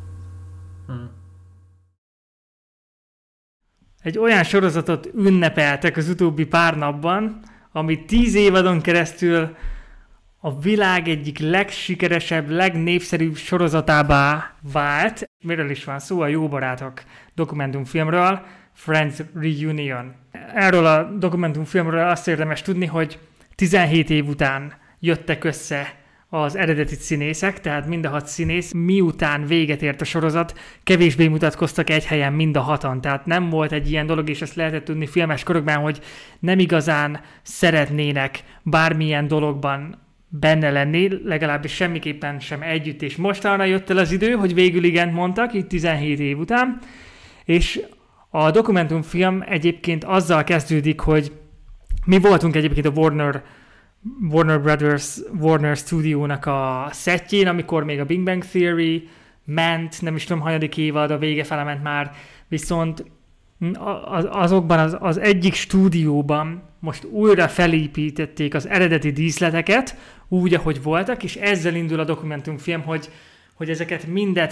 Egy olyan sorozatot ünnepeltek az utóbbi pár napban, ami 10 évadon keresztül a világ egyik legsikeresebb, legnépszerűbb sorozatává vált. Miről is van szó? A Jó barátok dokumentumfilmről, Friends Reunion. Erről a dokumentumfilmről azt érdemes tudni, hogy 17 év után jöttek össze az eredeti színészek, tehát mind a 6 színész, miután véget ért a sorozat, kevésbé mutatkoztak egy helyen mind a 6-an. Tehát nem volt egy ilyen dolog, és ezt lehetett tudni filmes körökben, hogy nem igazán szeretnének bármilyen dologban benne lenni, legalábbis semmiképpen sem együtt, és mostanra jött el az idő, hogy végül igent mondtak, itt 17 év után, és a dokumentumfilm egyébként azzal kezdődik, hogy mi voltunk egyébként a Warner Brothers, Warner Studio-nak a szettjén, amikor még a Big Bang Theory ment, nem is tudom, hanyadik évad, a vége fele ment már, viszont azokban az egyik stúdióban most újra felépítették az eredeti díszleteket, úgy, ahogy voltak, és ezzel indul a dokumentumfilm, hogy ezeket mindet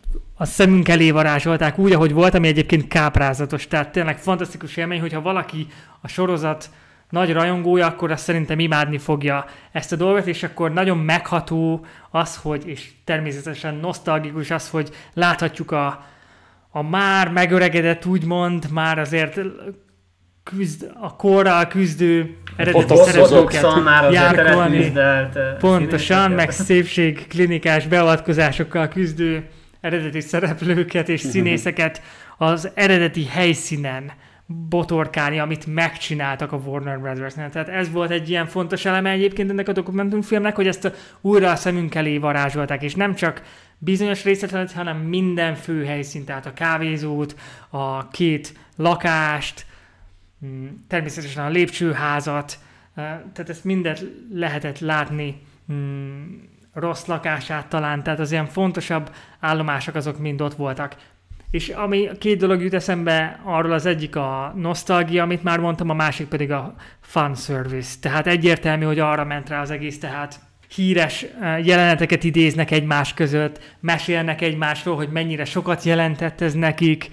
a szemünk elé varázsolták úgy, ahogy volt, ami egyébként káprázatos. Tehát tényleg fantasztikus élmény, hogyha valaki a sorozat nagy rajongója, akkor azt szerintem imádni fogja ezt a dolgot, és akkor nagyon megható az, hogy, és természetesen nosztalgikus az, hogy láthatjuk a már megöregedett, úgymond, már azért a korral küzdő eredeti szereplőket járkolni. Pontosan, meg szépségklinikás beavatkozásokkal küzdő eredeti szereplőket és színészeket az eredeti helyszínen botorkálni, amit megcsináltak a Warner Brothers-nél. Tehát ez volt egy ilyen fontos eleme egyébként ennek a dokumentumfilmnek, hogy ezt újra a szemünk elé varázsolták, és nem csak bizonyos részleteket, hanem minden fő helyszínt, tehát a kávézót, a 2 lakást, természetesen a lépcsőházat, tehát ezt mindet lehetett látni, rossz lakását talán, tehát az ilyen fontosabb állomások azok mind ott voltak. És ami 2 dolog jut eszembe, arról az egyik a nosztalgia, amit már mondtam, a másik pedig a fan service. Tehát egyértelmű, hogy arra ment rá az egész, tehát híres jeleneteket idéznek egymás között, mesélnek egymásról, hogy mennyire sokat jelentett ez nekik.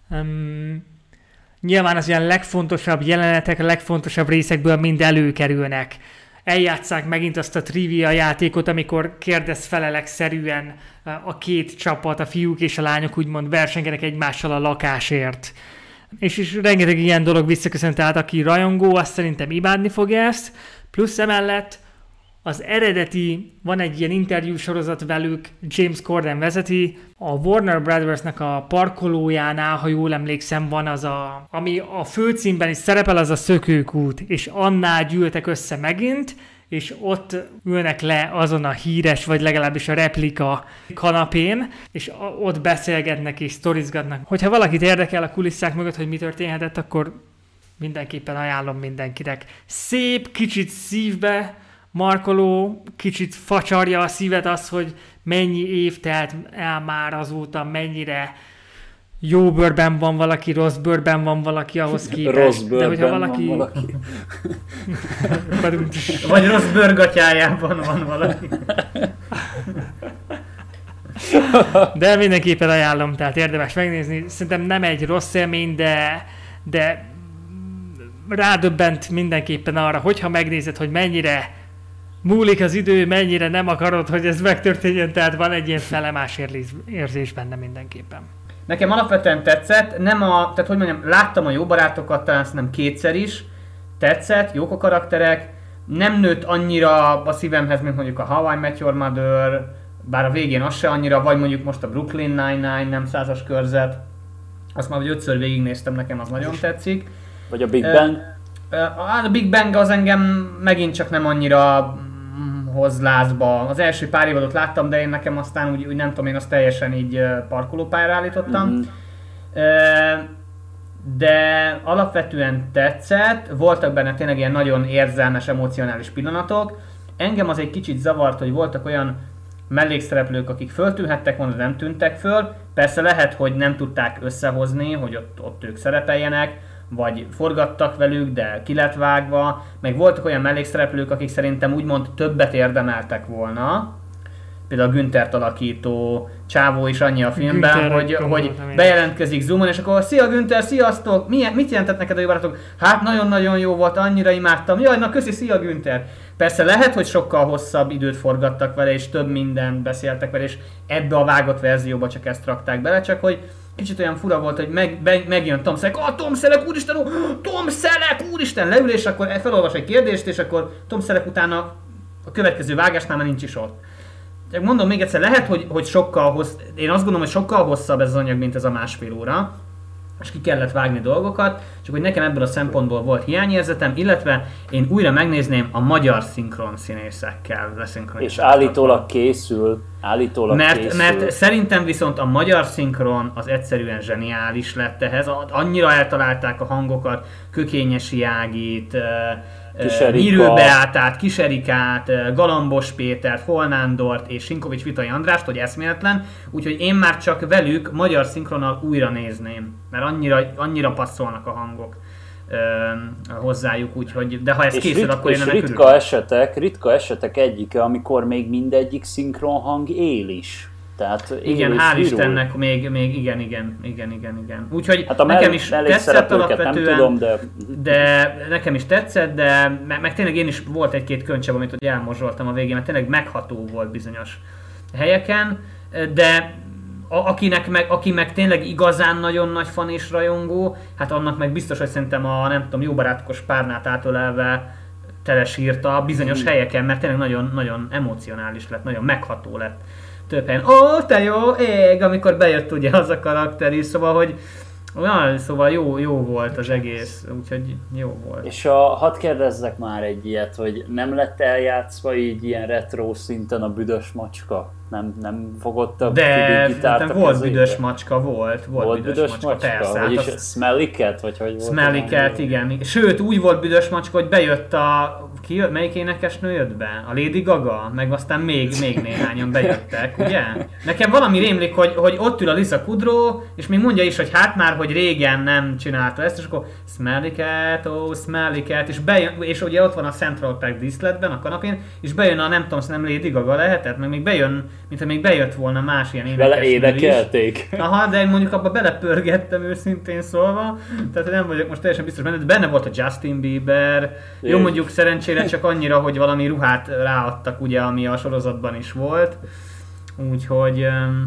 Nyilván az ilyen legfontosabb jelenetek, a legfontosabb részekből mind előkerülnek. Eljátsszák megint azt a trivia játékot, amikor kérdez-felelek-szerűen a 2 csapat, a fiúk és a lányok úgymond versengenek egymással a lakásért. És rengeteg ilyen dolog visszaköszön, tehát aki rajongó, azt szerintem imádni fogja ezt. Plusz emellett az eredeti, van egy ilyen interjú sorozat velük, James Corden vezeti, a Warner Brothers-nek a parkolójánál, ha jól emlékszem, van az ami a főcímben is szerepel, az a szökőkút, és annál gyűltek össze megint, és ott ülnek le azon a híres, vagy legalábbis a replika kanapén, és ott beszélgetnek és sztorizgatnak. Hogyha valakit érdekel a kulisszák mögött, hogy mi történhetett, akkor mindenképpen ajánlom mindenkinek. Szép, kicsit szívbe markoló, kicsit facsarja a szívet az, hogy mennyi év telt el már azóta, mennyire jó bőrben van valaki, rossz bőrben van valaki ahhoz képest. Rossz bőrben de valaki... van valaki. Vagy rossz bőrgatyájában van valaki. De mindenképpen ajánlom, tehát érdemes megnézni. Szerintem nem egy rossz élmény, de rádöbbent mindenképpen arra, hogyha megnézed, hogy mennyire múlik az idő, mennyire nem akarod, hogy ez megtörténjen, tehát van egy ilyen felemás érzés benne mindenképpen. Nekem alapvetően tetszett, tehát hogy mondjam, láttam a Jó barátokat, talán nem 2-szer is, tetszett, jók a karakterek, nem nőtt annyira a szívemhez, mint mondjuk a How I Met Your Mother, bár a végén az se annyira, vagy mondjuk most a Brooklyn Nine-Nine, nem 100-as körzet, azt már 5-ször végignéztem, nekem az nagyon tetszik. Vagy a Big Bang? A Big Bang az engem megint csak nem annyira hoz lázba. Az első pár évadot láttam, de én nekem aztán úgy nem tudom, én azt teljesen így parkolópályára állítottam. De alapvetően tetszett, voltak benne tényleg ilyen nagyon érzelmes, emocionális pillanatok. Engem az egy kicsit zavart, hogy voltak olyan mellékszereplők, akik föltűnhettek volna, nem tűntek föl. Persze lehet, hogy nem tudták összehozni, hogy ott ők szerepeljenek, vagy forgattak velük, de ki lett vágva, meg voltak olyan mellékszereplők, akik szerintem úgymond többet érdemeltek volna. Például a Günthert alakító csávó is annyi a filmben, hogy bejelentkezik Zoomon, és akkor szia Günther, sziasztok! Mit jelentett neked a Jó barátok? Hát nagyon-nagyon jó volt, annyira imádtam. Jaj, na köszi, szia Günther! Persze lehet, hogy sokkal hosszabb időt forgattak vele, és több mindent beszéltek vele, és ebbe a vágott verzióba csak ezt rakták bele, csak hogy kicsit olyan fura volt, hogy megjön Tom Selleck, Tom Selleck, úristen, Tom Selleck, úristen, leül, és akkor felolvas egy kérdést, és akkor Tom Selleck utána a következő vágásnál már nincs is ott. Mondom még egyszer, lehet, hogy én azt gondolom, hogy sokkal hosszabb ez az anyag, mint ez a 1,5 óra, és ki kellett vágni dolgokat, csak hogy nekem ebből a szempontból volt hiányérzetem, illetve én újra megnézném a magyar szinkron színészekkel leszinkronizálni. És állítólag készül. Mert szerintem viszont a magyar szinkron az egyszerűen zseniális lett ehhez, annyira eltalálták a hangokat, Kökényesi Ágit, Nyírő Beátát, Kis Erikát, Galambos Pétert, Holnándort és Sinkovics Vitai Andrást, hogy eszméletlen, úgyhogy én már csak velük magyar szinkronnal újra nézném, mert annyira passzolnak a hangok hozzájuk, úgyhogy, de ha ez készül, akkor én ennek ritka esetek egyike, amikor még mindegyik szinkronhang él is. Tehát igen, hál' Istennek még igen. Úgyhogy hát nekem is tetszett alapvetően, nem tudom, de nekem is tetszett, de meg tényleg én is volt egy-két könycsev, amit ugye elmozsoltam a végén, mert tényleg megható volt bizonyos helyeken, de aki meg tényleg igazán nagyon nagy fan és rajongó, hát annak meg biztos, hogy szerintem a nem tudom, jó barátkos párnát átölelve telesírta bizonyos helyeken, mert tényleg nagyon, nagyon emocionális lett, nagyon megható lett több helyen. Ó, te jó ég, amikor bejött ugye az a karakter is, szóval, hogy szóval jó volt az egész, úgyhogy jó volt. És hadd kérdezzek már egy ilyet, hogy nem lett eljátszva így ilyen retro szinten a büdös macska? Nem fogott a gitárt a volt büdös macska, volt büdös macska, persze. Vagyis hát Smelly Cat, vagy hogy volt? Smelly Cat, igen. Sőt, úgy volt büdös macska, hogy bejött melyik énekesnő jött be? A Lady Gaga? Meg aztán még néhányan bejöttek, ugye? Nekem valami rémlik, hogy ott ül a Lisa Kudrow, és még mondja is, hogy hát már, hogy régen nem csinálta ezt, és akkor Smelly Cat, oh Smelly Cat, és bejön, és ugye ott van a Central Park díszletben, a kanapén, és bejön a nem tudom, nem Lady Gaga lehetett, meg még bejön, mintha még bejött volna más ilyen énekesnő is. Énekelték. Aha, de mondjuk abba belepörgettem őszintén szólva, tehát nem vagyok most teljesen biztos benne, de benne volt a Justin Bieber, jó mondjuk szerencsére csak annyira, hogy valami ruhát ráadtak ugye, ami a sorozatban is volt, úgyhogy...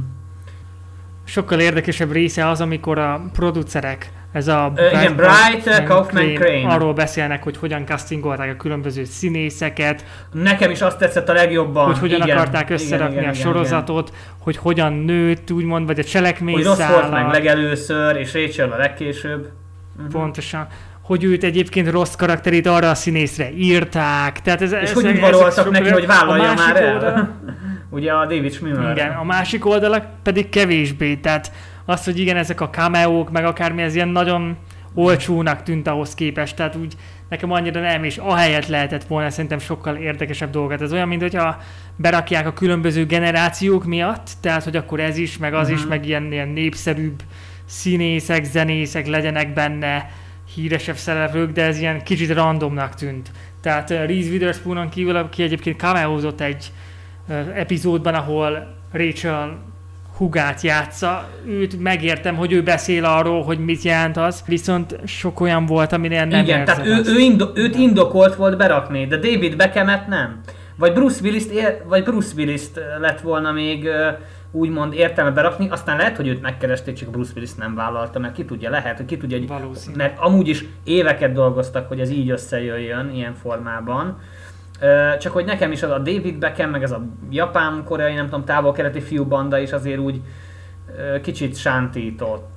Sokkal érdekesebb része az, amikor a producerek, ez a Bright Kaufman Crane. Arról beszélnek, hogy hogyan castingolták a különböző színészeket. Nekem is azt tetszett a legjobban. Hogy hogyan akarták összerakni a sorozatot, hogy hogyan nőtt, úgymond, vagy a cselekményszála. Hogy Ross volt meg legelőször, és Rachel a legkésőbb. Pontosan. Hogy őt egyébként rossz karakterét arra a színészre írták. Tehát és hogy úgy valoltak neki, hogy vállalja már el. Ugye a David Schwimmer. Igen, a másik oldalak pedig kevésbé. Tehát az, hogy igen, ezek a cameók, meg akármi, ez ilyen nagyon olcsónak tűnt ahhoz képest. Tehát úgy nekem annyira nem, és ahelyett lehetett volna szerintem sokkal érdekesebb dolgokat. Ez olyan, mint hogyha berakják a különböző generációk miatt, tehát hogy akkor ez is, meg az is, meg ilyen népszerűbb színészek, zenészek legyenek benne, híresebb szereplők, de ez ilyen kicsit randomnak tűnt. Tehát Reese Witherspoonon kívül, aki egyébként cameózott egy epizódban, ahol Rachel hugát játsza, őt megértem, hogy ő beszél arról, hogy mit jelent az, viszont sok olyan volt, amire nem igen, tehát őt indokolt volt berakni, de David Beckhamet nem. Vagy Bruce Willis-t lett volna még úgymond értelme berakni, aztán lehet, hogy őt megkeresték, csak Bruce Willis nem vállalta, mert ki tudja, mert amúgy is éveket dolgoztak, hogy ez így összejöjjön ilyen formában. Csak hogy nekem is az a David Beckham, meg ez a japán-koreai, nem tudom, távol-keleti fiúbanda is azért úgy kicsit sántított.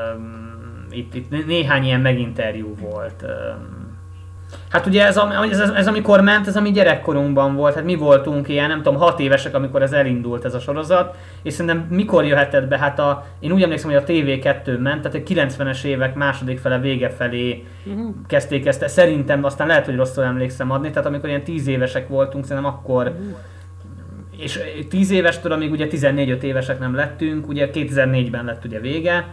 Itt néhány ilyen meginterjú volt. Hát ugye ez amikor ment, ez ami gyerekkorunkban volt, hát mi voltunk ilyen, nem tudom, 6 évesek, amikor ez elindult ez a sorozat, és szerintem mikor jöhetett be, hát én úgy emlékszem, hogy a TV2 ment, tehát a 90-es évek második fele, vége felé kezdték ezt, szerintem aztán lehet, hogy rosszul emlékszem adni, tehát amikor ilyen 10 évesek voltunk, szerintem akkor, és 10 évestől, amíg ugye 14-5 évesek nem lettünk, ugye 2004-ben lett ugye vége,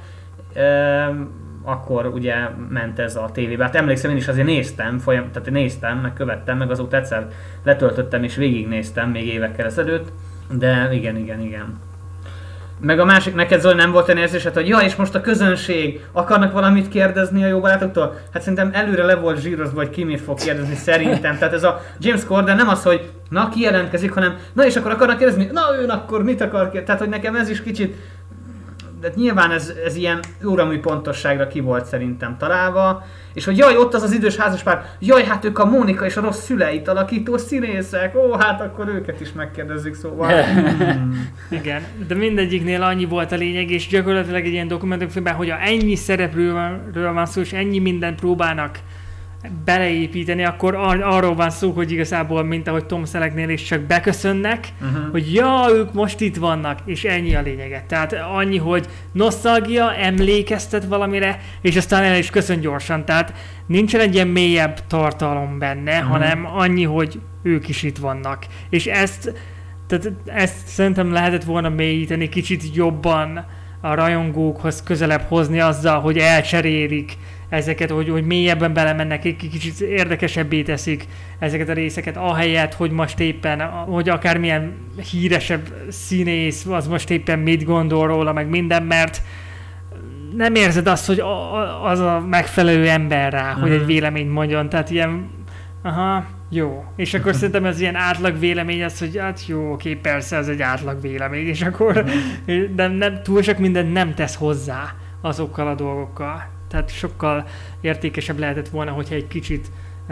akkor ugye ment ez a tévébe. Hát emlékszem, én is azért néztem, meg követtem, meg azóta egyszer letöltöttem és végignéztem még évekkel ezelőtt, de igen. Meg a másik, neked Zoli nem volt olyan érzésed, hogy és most a közönség akarnak valamit kérdezni a jó barátoktól? Hát szerintem előre le volt zsírozva, hogy ki mit fog kérdezni szerintem. Tehát ez a James Corden nem az, hogy na ki jelentkezik, hanem na és akkor akarnak kérdezni, na ő akkor mit akar kérdezni? Tehát hogy nekem ez is kicsit, de nyilván ez ilyen óramű pontosságra ki volt szerintem találva, és hogy ott az idős házaspár, hát ők a Mónika és a Ross szüleit alakító színészek, hát akkor őket is megkérdezzük, szóval. Igen, de mindegyiknél annyi volt a lényeg, és gyakorlatilag egy ilyen dokumentumfilmben, hogy ennyi szereplőről van szó, és ennyi mindent próbálnak beleépíteni, akkor arról van szó, hogy igazából, mint ahogy Tom Sellecknél is csak beköszönnek, hogy ők most itt vannak, és ennyi a lényege. Tehát annyi, hogy nosztalgia, emlékeztet valamire, és aztán el is köszön gyorsan. Tehát nincsen egy ilyen mélyebb tartalom benne, hanem annyi, hogy ők is itt vannak. És ezt szerintem lehetett volna mélyíteni kicsit jobban a rajongókhoz közelebb hozni azzal, hogy elcserélik ezeket, hogy mélyebben belemennek, egy kicsit érdekesebbé teszik ezeket a részeket, ahelyett, hogy most éppen, hogy akármilyen híresebb színész, az most éppen mit gondol róla, meg minden, mert nem érzed azt, hogy az a megfelelő ember rá, hogy egy véleményt mondjon, tehát ilyen, aha, jó. És akkor szerintem ez ilyen átlag vélemény az, hogy hát jó, oké, persze ez egy átlag vélemény, és akkor nem túl sok mindent nem tesz hozzá azokkal a dolgokkal. Tehát sokkal értékesebb lehetett volna, hogyha egy kicsit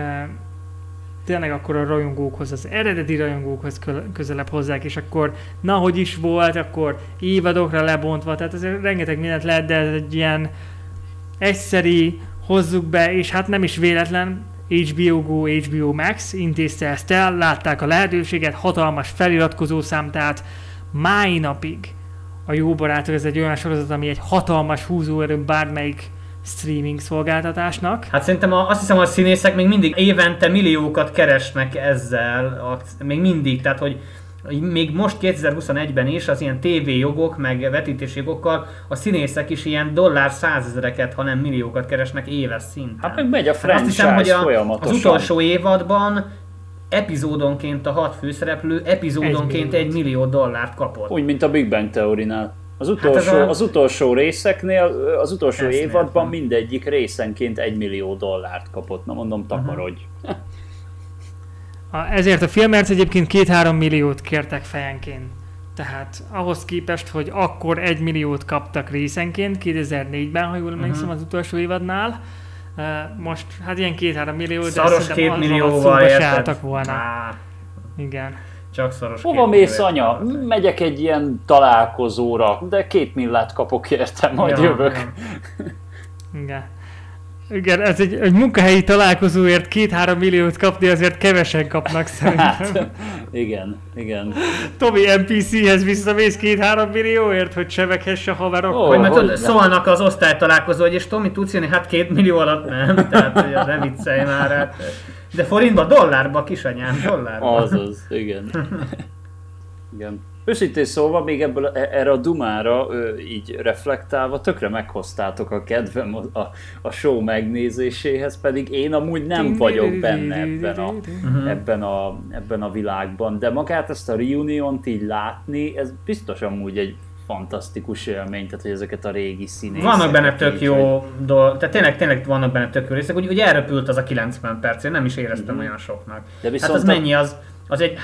tényleg akkor a rajongókhoz, az eredeti rajongókhoz közelebb hozzák, és akkor na, hogy is volt, akkor évadokra lebontva, tehát azért rengeteg mindent lehet, de ez egy ilyen egyszeri, hozzuk be, és hát nem is véletlen, HBO Go, HBO Max intézte ezt el, látták a lehetőséget, hatalmas feliratkozószám, tehát mai napig a Jó Barátok, ez egy olyan sorozat, ami egy hatalmas húzóerő bármelyik streaming szolgáltatásnak. Hát szerintem azt hiszem, a színészek még mindig évente milliókat keresnek ezzel, még mindig, tehát hogy még most 2021-ben is az ilyen tévéjogok, meg vetítési jogokkal a színészek is ilyen dollár 100 000-eket, ha nem milliókat keresnek éves szinten. Hát meg megy a franchise azt hiszem, hogy folyamatosan. Az utolsó évadban epizódonként a 6 főszereplő epizódonként $1 millió kapott. Úgy, mint a Big Bang Theory-nál. Az utolsó részeknél, az utolsó évadban mindegyik részenként $1 millió kapott. Na mondom, takarodj. Ezért a filmért egyébként 2-3 milliót kértek fejenként. Tehát ahhoz képest, hogy akkor 1 milliót kaptak részenként, 2004-ben, ha jól emlékszem, az utolsó évadnál, most hát ilyen 2-3 millió, de szaros 2 millióval érted volna. Igen. Csak szaros. Hova mész, anya? Megyek egy ilyen találkozóra, de 2 milliót kapok érte, majd jövök. Igen. Igen, ez egy munkahelyi találkozóért 2-3 milliót kapni, azért kevesen kapnak szerintem. Hát, igen. Tomi NPC-hez visszamész 2-3 millióért, hogy sebeghesse a haverok. Hogy mert szólnak az osztálytalálkozó, hogy és Tomi, tudsz jönni? Hát 2 millió alatt nem, tehát hogy ne viccelj már. Hát. De forintba, dollárba, kisanyám, dollárba. Azaz, igen. Igen. Őszintén szólva, még erre a dumára így reflektálva tökre meghoztátok a kedvem a show megnézéséhez, pedig én amúgy nem vagyok benne ebben a világban, de magát ezt a reuniont így látni, ez biztos amúgy egy fantasztikus élmény, tehát hogy ezeket a régi színészeket. Vannak benne tök jó dolgok, tehát tényleg vannak benne tök jó részek, úgy elröpült az a 90 perc, én nem is éreztem olyan soknak. De viszont hát az mennyi, az egy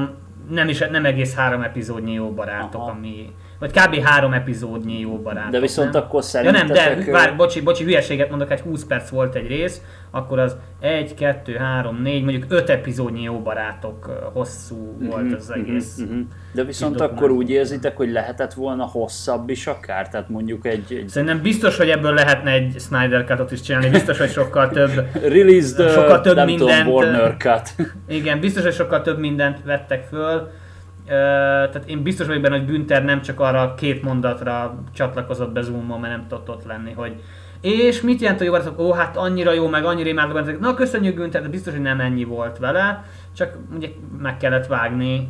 nem egész 3 epizódnyi Jó Barátok, ami... Vagy kb. 3 epizódnyi Jó Barátok. De viszont nem? akkor szerintetek... várj, bocsi, hülyeséget mondok, hát 20 perc volt egy rész, akkor az 1, 2, 3, 4, mondjuk 5 epizódnyi Jó Barátok hosszú volt az egész. De viszont akkor úgy érzitek, hogy lehetett volna hosszabb is akár? Tehát mondjuk egy... Szerintem biztos, hogy ebből lehetne egy Snyder Cut-ot is csinálni, biztos, hogy sokkal több... sokkal több mindent... Warner Cut. Igen, biztos, hogy sokkal több mindent vettek föl. Tehát én biztos vagyok benne, hogy Günther nem csak arra 2 mondatra csatlakozott be Zoom-on, mert nem tudott ott lenni, hogy és mit jelent a Jó Barátok? Hát annyira jó, meg annyira imádok benne. Na köszönjük Günther, de biztos, hogy nem ennyi volt vele, csak ugye meg kellett vágni.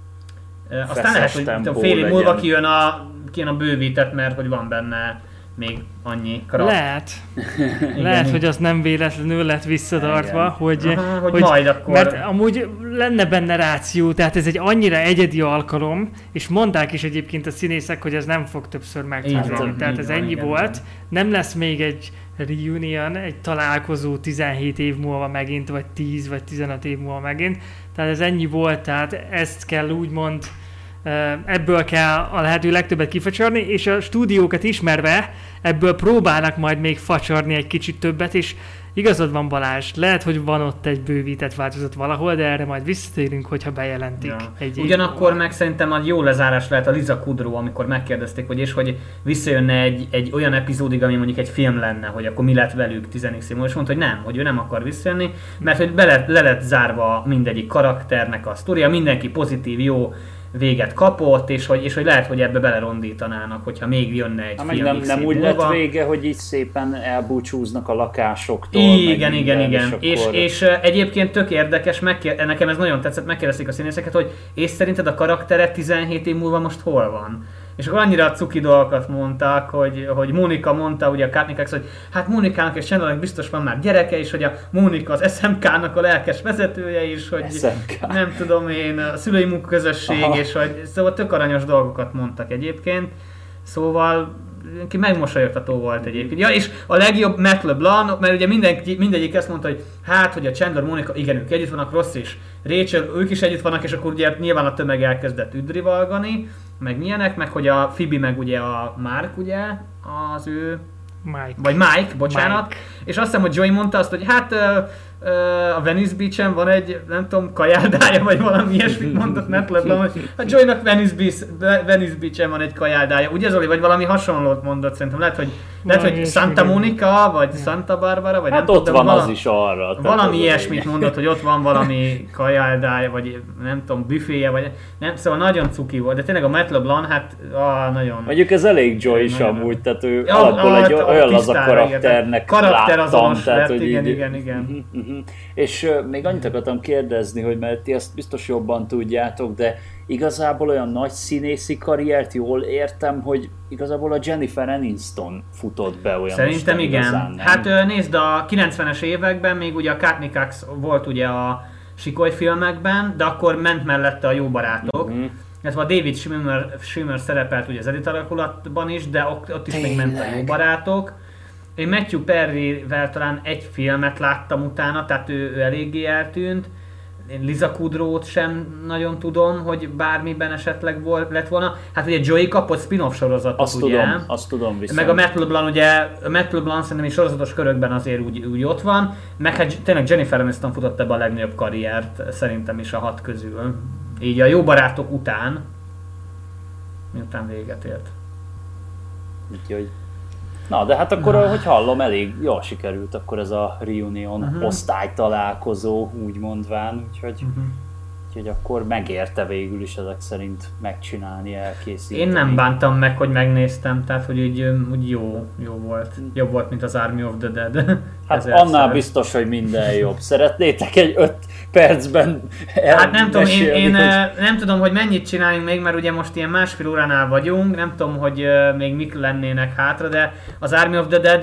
Aztán lehet, hogy fél év múlva kijön a bővített, mert hogy van benne még annyi karakter. Lehet, hogy az nem véletlenül lett visszatartva, hogy majd akkor... Mert amúgy lenne benne ráció, tehát ez egy annyira egyedi alkalom, és mondták is egyébként a színészek, hogy ez nem fog többször megtörténni. Tehát ez ennyi volt. Nem lesz még egy reunion, egy találkozó 17 év múlva megint, vagy 10 vagy 15 év múlva megint. Tehát ez ennyi volt, tehát ezt kell úgymond ebből kell a lehető legtöbbet kifacsarni, és a stúdiókat ismerve ebből próbálnak majd még facsarni egy kicsit többet, és igazad van Balázs, lehet, hogy van ott egy bővített változat valahol, de erre majd visszatérünk, hogyha bejelentik. Ugyanakkor meg szerintem egy jó lezárás lehet a Liza Kudrow, amikor megkérdezték, hogy visszajönne egy olyan epizódig, ami mondjuk egy film lenne, hogy akkor mi lett velük 10 év múlva, és mondta, hogy nem, hogy ő nem akar visszajönni, mert hogy le lett zárva mindegyik karakternek a sztoria, mindenki pozitív, jó véget kapott, és hogy lehet, hogy ebbe belerondítanának, hogyha még jönne egy film. Nem úgy lett vége, hogy így szépen elbúcsúznak a lakásoktól. Igen. És egyébként tök érdekes, nekem ez nagyon tetszett, megkérdezték a színészeket, hogy és szerinted a karaktere 17 év múlva most hol van? És akkor annyira cuki dolgokat mondtak, hogy Mónika mondta, ugye a Katniss, hogy hát Mónikának és Chandlernek biztos van már gyereke, és hogy a Mónika az SMK-nak a lelkes vezetője is, hogy SMK. nem tudom én, a szülői munkaközösség, és hogy szóval tök aranyos dolgokat mondtak egyébként. Szóval ki megmosolyogtató volt egyébként. Ja, és a legjobb Matt LeBlanc, mert ugye mindegyik ezt mondta, hogy hát, hogy a Chandler, Mónika, igen, ők együtt vannak, Ross és Rachel, ők is együtt vannak, és akkor ugye nyilván a tömeg elkezdett üdrivalgani, meg milyenek, meg hogy a Phoebe, meg ugye a Mark, ugye, az ő... Mike, bocsánat. Mike. És azt hiszem, hogy Joey mondta azt, hogy hát a Venice Beach-en van egy, nem tudom, kajáldája, vagy valami ilyesmit mondott Matt LeBlanc, hogy a Joeynak Venice Beach-en van egy kajáldája. Ugye Zoli, vagy valami hasonlót mondott szerintem. Lehet, hogy Santa Monica, vagy Santa Barbara, vagy hát nem ott tudom. van az is arra. Valami ilyesmit mondott, hogy ott van valami kajáldája, vagy nem tudom, büféje, vagy nem, szóval nagyon cuki volt. De tényleg a Matt LeBlanc, hát nagyon... Mondjuk ez elég Joy-is amúgy, tehát ő alapból egy olyan laza karakternek karakterazonos lett, igen. És még annyit akartam kérdezni, hogy mert ti ezt biztos jobban tudjátok, de igazából olyan nagy színészi karriert jól értem, hogy igazából a Jennifer Aniston futott be olyan. Szerintem igen. Igazán, hát nézd, a 90-es években még ugye a Katniss volt ugye a Sikoly filmekben, de akkor ment mellette a Jó barátok. Illetve a David Schwimmer szerepelt ugye az Edit alakulatban is, de ott is még ment a Jó barátok. Én Matthew Perryvel talán egy filmet láttam utána, tehát ő eléggé eltűnt. Én Liza Kudrowt sem nagyon tudom, hogy bármiben esetleg lett volna. Hát ugye Joey kapott spin-off sorozatot, azt tudom viszont. Meg a Matt LeBlanc, ugye Matt LeBlanc szerintem is sorozatos körökben azért úgy ott van. Meg hát tényleg Jennifer Aniston futott ebbe a legnagyobb karriert, szerintem is a 6 közül. Így a Jó barátok után, miután véget ért. Úgyhogy... Na, de hát akkor, ahogy hallom, elég jól sikerült akkor ez a reunion osztálytalálkozó, úgy mondván, úgyhogy akkor megérte végül is ezek szerint megcsinálni, elkészíteni. Én nem bántam meg, hogy megnéztem, tehát hogy úgy jó volt. Jobb volt, mint az Army of the Dead. Hát annál biztos, hogy minden jobb. Szeretnétek egy 5 percben Hát nem tudom, én nem tudom, hogy mennyit csináljunk még, mert ugye most ilyen 1,5 óránál vagyunk, nem tudom, hogy még mik lennének hátra, de az Army of the Dead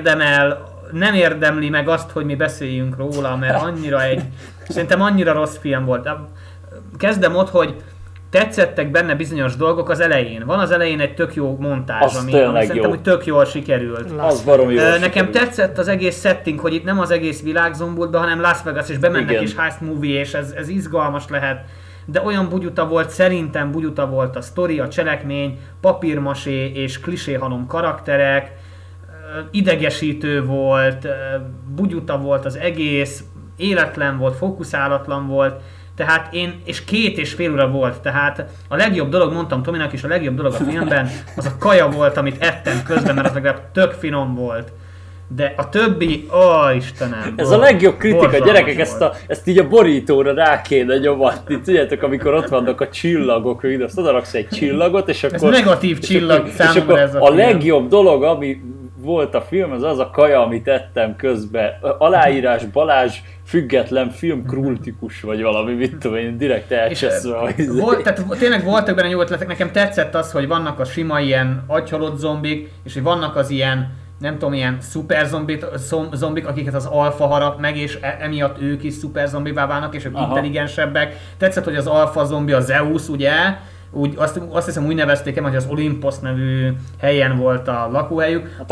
nem érdemli meg azt, hogy mi beszéljünk róla, mert szerintem annyira rossz film volt. Kezdem ott, hogy tetszettek benne bizonyos dolgok az elején. Van az elején egy tök jó montázs, ami szerintem hogy tök jól sikerült. Az baromi jól Nekem sikerült. Tetszett az egész setting, hogy itt nem az egész világ zombult be, hanem Las Vegas, és bemennek is heist movie, és ez izgalmas lehet. De olyan szerintem bugyuta volt a sztori, a cselekmény, papírmasé és kliséhalom karakterek, idegesítő volt, bugyuta volt az egész, életlen volt, fókuszálatlan volt, tehát és 2,5 óra volt, tehát a legjobb dolog, mondtam Tominak is, a legjobb dolog a filmben, az a kaja volt, amit ettem közben, mert az legalább tök finom volt. De a többi, Istenem! Ez a legjobb kritika, gyerekek, ezt így a borítóra rá kéne nyomatni. Tudjátok, amikor ott vannak a csillagok, hogy azt odaraksz egy csillagot, és akkor... Ez negatív csillag számomra ez a film. A legjobb dolog, ami volt a film, az a kaja, amit ettem közben. Aláírás Balázs, független filmkritikus vagy valami, mit tudom én, direkt elcseszve. Tehát tényleg voltak benne jó ötletek, nekem tetszett az, hogy vannak a sima ilyen agyhalott zombik, és hogy vannak az ilyen, nem tudom, ilyen szuper zombik, akiket az alfa harap meg, és emiatt ők is szuper zombivá válnak, és ők intelligensebbek. Tetszett, hogy az alfa zombi a Zeus, ugye? Úgy, azt hiszem úgy nevezték el, hogy az Olympos nevű helyen volt a lakóhelyük, hát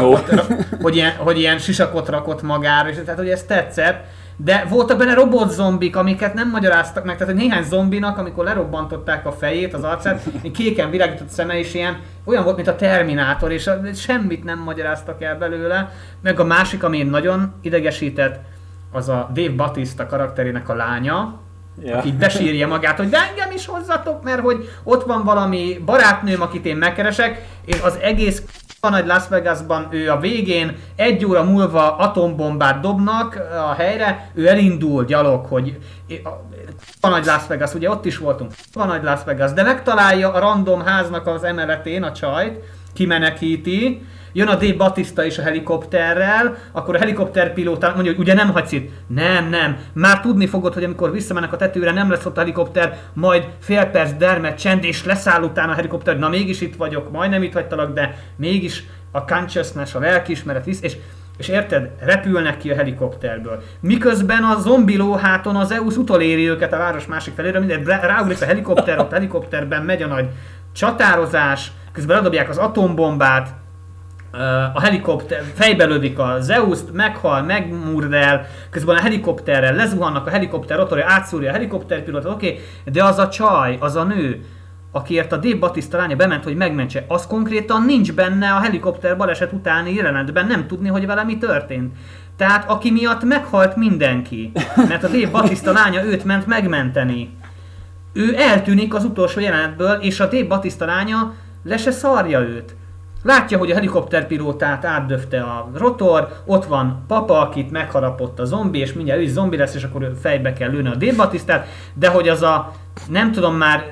hogy ilyen sisakot rakott magára, és tehát hogy ez tetszett. De voltak benne robotzombik, amiket nem magyaráztak meg, tehát hogy néhány zombinak, amikor lerobbantották a fejét, az arcát, kéken világított szeme is olyan volt, mint a Terminátor, és semmit nem magyaráztak el belőle. Meg a másik, ami nagyon idegesített, az a Dave Bautista karakterének a lánya, aki besírja magát, hogy de engem is hozzatok, mert hogy ott van valami barátnőm, akit én megkeresek, és az egész nagy Las Vegasban ő a végén 1 óra múlva atombombát dobnak a helyre, ő elindul gyalog, hogy a nagy Las Vegas, ugye ott is voltunk, a nagy Las Vegas, de megtalálja a random háznak az emeletén a csajt, kimenekíti, jön a Dave Bautista is a helikopterrel, akkor a helikopterpilóta mondja, hogy ugye nem hagysz itt. Nem. Már tudni fogod, hogy amikor visszamennek a tetőre, nem lesz ott a helikopter, majd fél perc dermed csend, és leszáll utána a helikopter, na mégis itt vagyok, majdnem itt hagytalak, de mégis a consciousness, a lelkiismeret visz, és érted, repülnek ki a helikopterből. Miközben a zombiló háton az Zeus utoléri őket a város másik felére, mindegy, ráugrik a helikopter, ott a helikopterben megy a nagy csatározás, közben ledobják az atombombát, a helikopter, fejbe lövik a Zeuszt, meghal, megmurdel, közben a helikopterrel lezuhannak, a helikopter rotorja átszúrja a helikopterpilótot, oké, de az a csaj, az a nő, akiért a Dave Bautista lánya bement, hogy megmentse, az konkrétan nincs benne a helikopter baleset utáni jelenetben, nem tudni, hogy vele mi történt. Tehát aki miatt meghalt mindenki, mert a Dave Bautista lánya őt ment megmenteni. Ő eltűnik az utolsó jelenetből, és a Dave Bautista lánya le se szarja őt. Látja, hogy a helikopterpilótát átdöfte a rotor, ott van papa, akit megharapott a zombi, és mindjárt ő is zombi lesz, és akkor fejbe kell lőni a Dave Bautistát, de hogy az a, nem tudom már,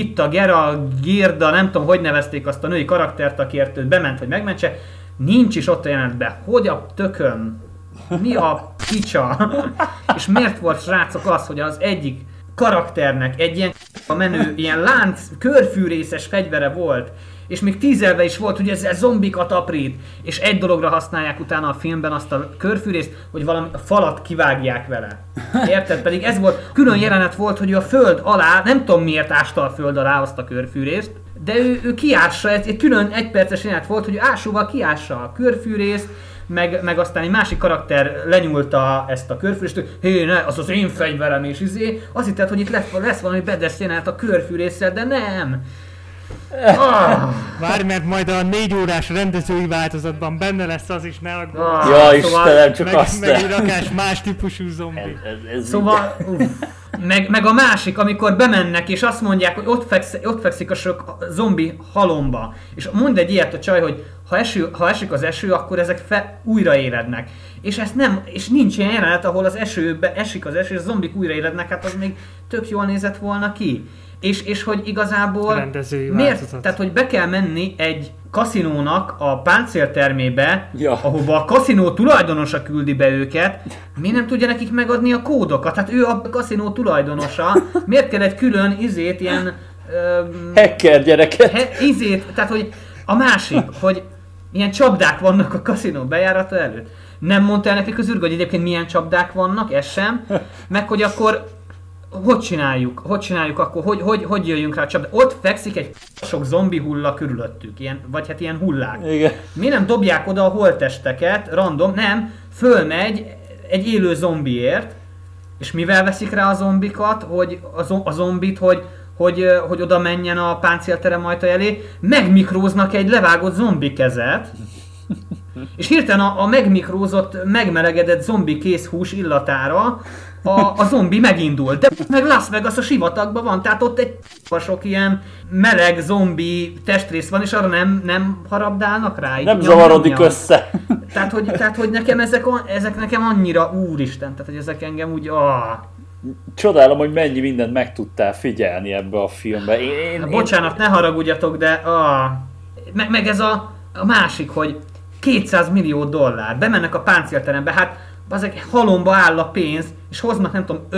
Girda, nem tudom, hogy nevezték azt a női karaktert, akiért őt bement, hogy megmentse, nincs is ott a jelenetben. Hogy a tökön? Mi a picsa? És miért volt, srácok, az, hogy az egyik karakternek egy ilyen menő, ilyen lánc, körfűrészes fegyvere volt, és még 10 éve is volt, hogy ezzel zombikat aprít, és egy dologra használják utána a filmben azt a körfűrészt, hogy valami a falat kivágják vele. Érted? Pedig ez volt, külön jelenet volt, hogy ő a föld alá, nem tudom miért ásta a föld alá azt a körfűrészt, de ő kiássa, ez egy külön egyperces jelenet volt, hogy ő ásóval kiássa a körfűrészt, meg aztán egy másik karakter lenyúlta ezt a körfűrést, hé, ne, az az én fegyverem, és azt hitted, hogy itt lesz valami bedesz jelenet a körfűrésszel, de nem. Várj, mert majd a 4 órás rendezői változatban benne lesz az is, ne aggódj. Ja, Istenem, csak azt meg egy rakás más típusú zombi. Szóval, meg a másik, amikor bemennek és azt mondják, hogy ott fekszik a sok zombi halomba. És mond egy ilyet a csaj, hogy ha esik az eső, akkor ezek újraélednek. És ezt nem, és nincs ilyen jelenet, ahol az esőbe esik az eső, és a zombik újraélednek, hát az még tök jól nézett volna ki. És hogy igazából miért? Tehát, hogy be kell menni egy kaszinónak a páncéltermébe, ahova a kaszinó tulajdonosa küldi be őket, miért nem tudja nekik megadni a kódokat? Hát ő a kaszinó tulajdonosa, miért kell egy külön ilyen... hacker gyereket! Tehát, hogy a másik, hogy milyen csapdák vannak a kaszinó bejárata előtt. Nem mondta el nekik az űrg, hogy egyébként milyen csapdák vannak, ez sem, meg hogy akkor hogy csináljuk akkor, hogy jöjjünk rá a csapda? Ott fekszik egy sok zombi hulla körülöttük, vagy hát ilyen hullák. Igen. Mi nem dobják oda a holttesteket, random, nem, fölmegy egy élő zombiért, és mivel veszik rá a zombikat, hogy a zombit, hogy oda menjen a páncélterem ajtaja elé, megmikróznak egy levágott zombi kezet, és hirtelen a megmikrózott, megmelegedett zombi kézhús illatára a zombi megindul. De meg Las Vegas a sivatagban van, tehát ott egy sok ilyen meleg zombi testrész van, és arra nem harabdálnak rá. Nem zavarodik össze. Tehát, hogy nekem ezek nekem annyira úristen, tehát hogy ezek engem úgy... Csodálom, hogy mennyi mindent meg tudtál figyelni ebbe a filmbe. Bocsánat, ne haragudjatok, de... Meg ez a másik, hogy $200 millió, bemennek a páncélterembe, hát azek halomba áll a pénz, és hoznak nem tudom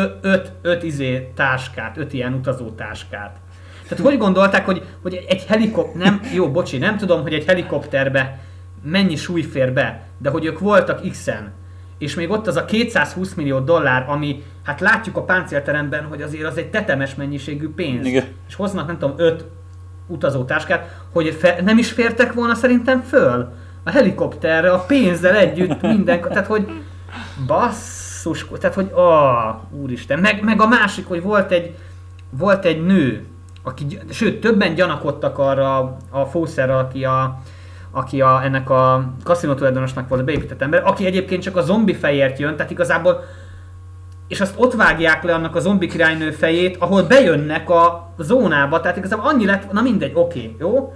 5 táskát, 5 ilyen utazó táskát. Tehát hogy gondolták, hogy egy helikopter, nem tudom, hogy egy helikopterbe mennyi súly fér be, de hogy ők voltak X-en, és még ott az a $220 millió, ami, hát látjuk a páncélteremben, hogy azért az egy tetemes mennyiségű pénz. Igen. És hoznak nem tudom 5 utazó táskát, hogy nem is fértek volna szerintem föl a helikopterre, a pénzzel együtt minden, tehát hogy basszus, tehát hogy úristen, meg a másik, hogy volt egy nő, sőt többen gyanakodtak arra a fószerre, aki ennek a kaszinó tulajdonosnak volt a beépített ember, aki egyébként csak a zombi fejért jön, tehát igazából, és azt ott vágják le annak a zombi királynő fejét, ahol bejönnek a zónába, tehát igazából annyi lett, na mindegy, oké, jó?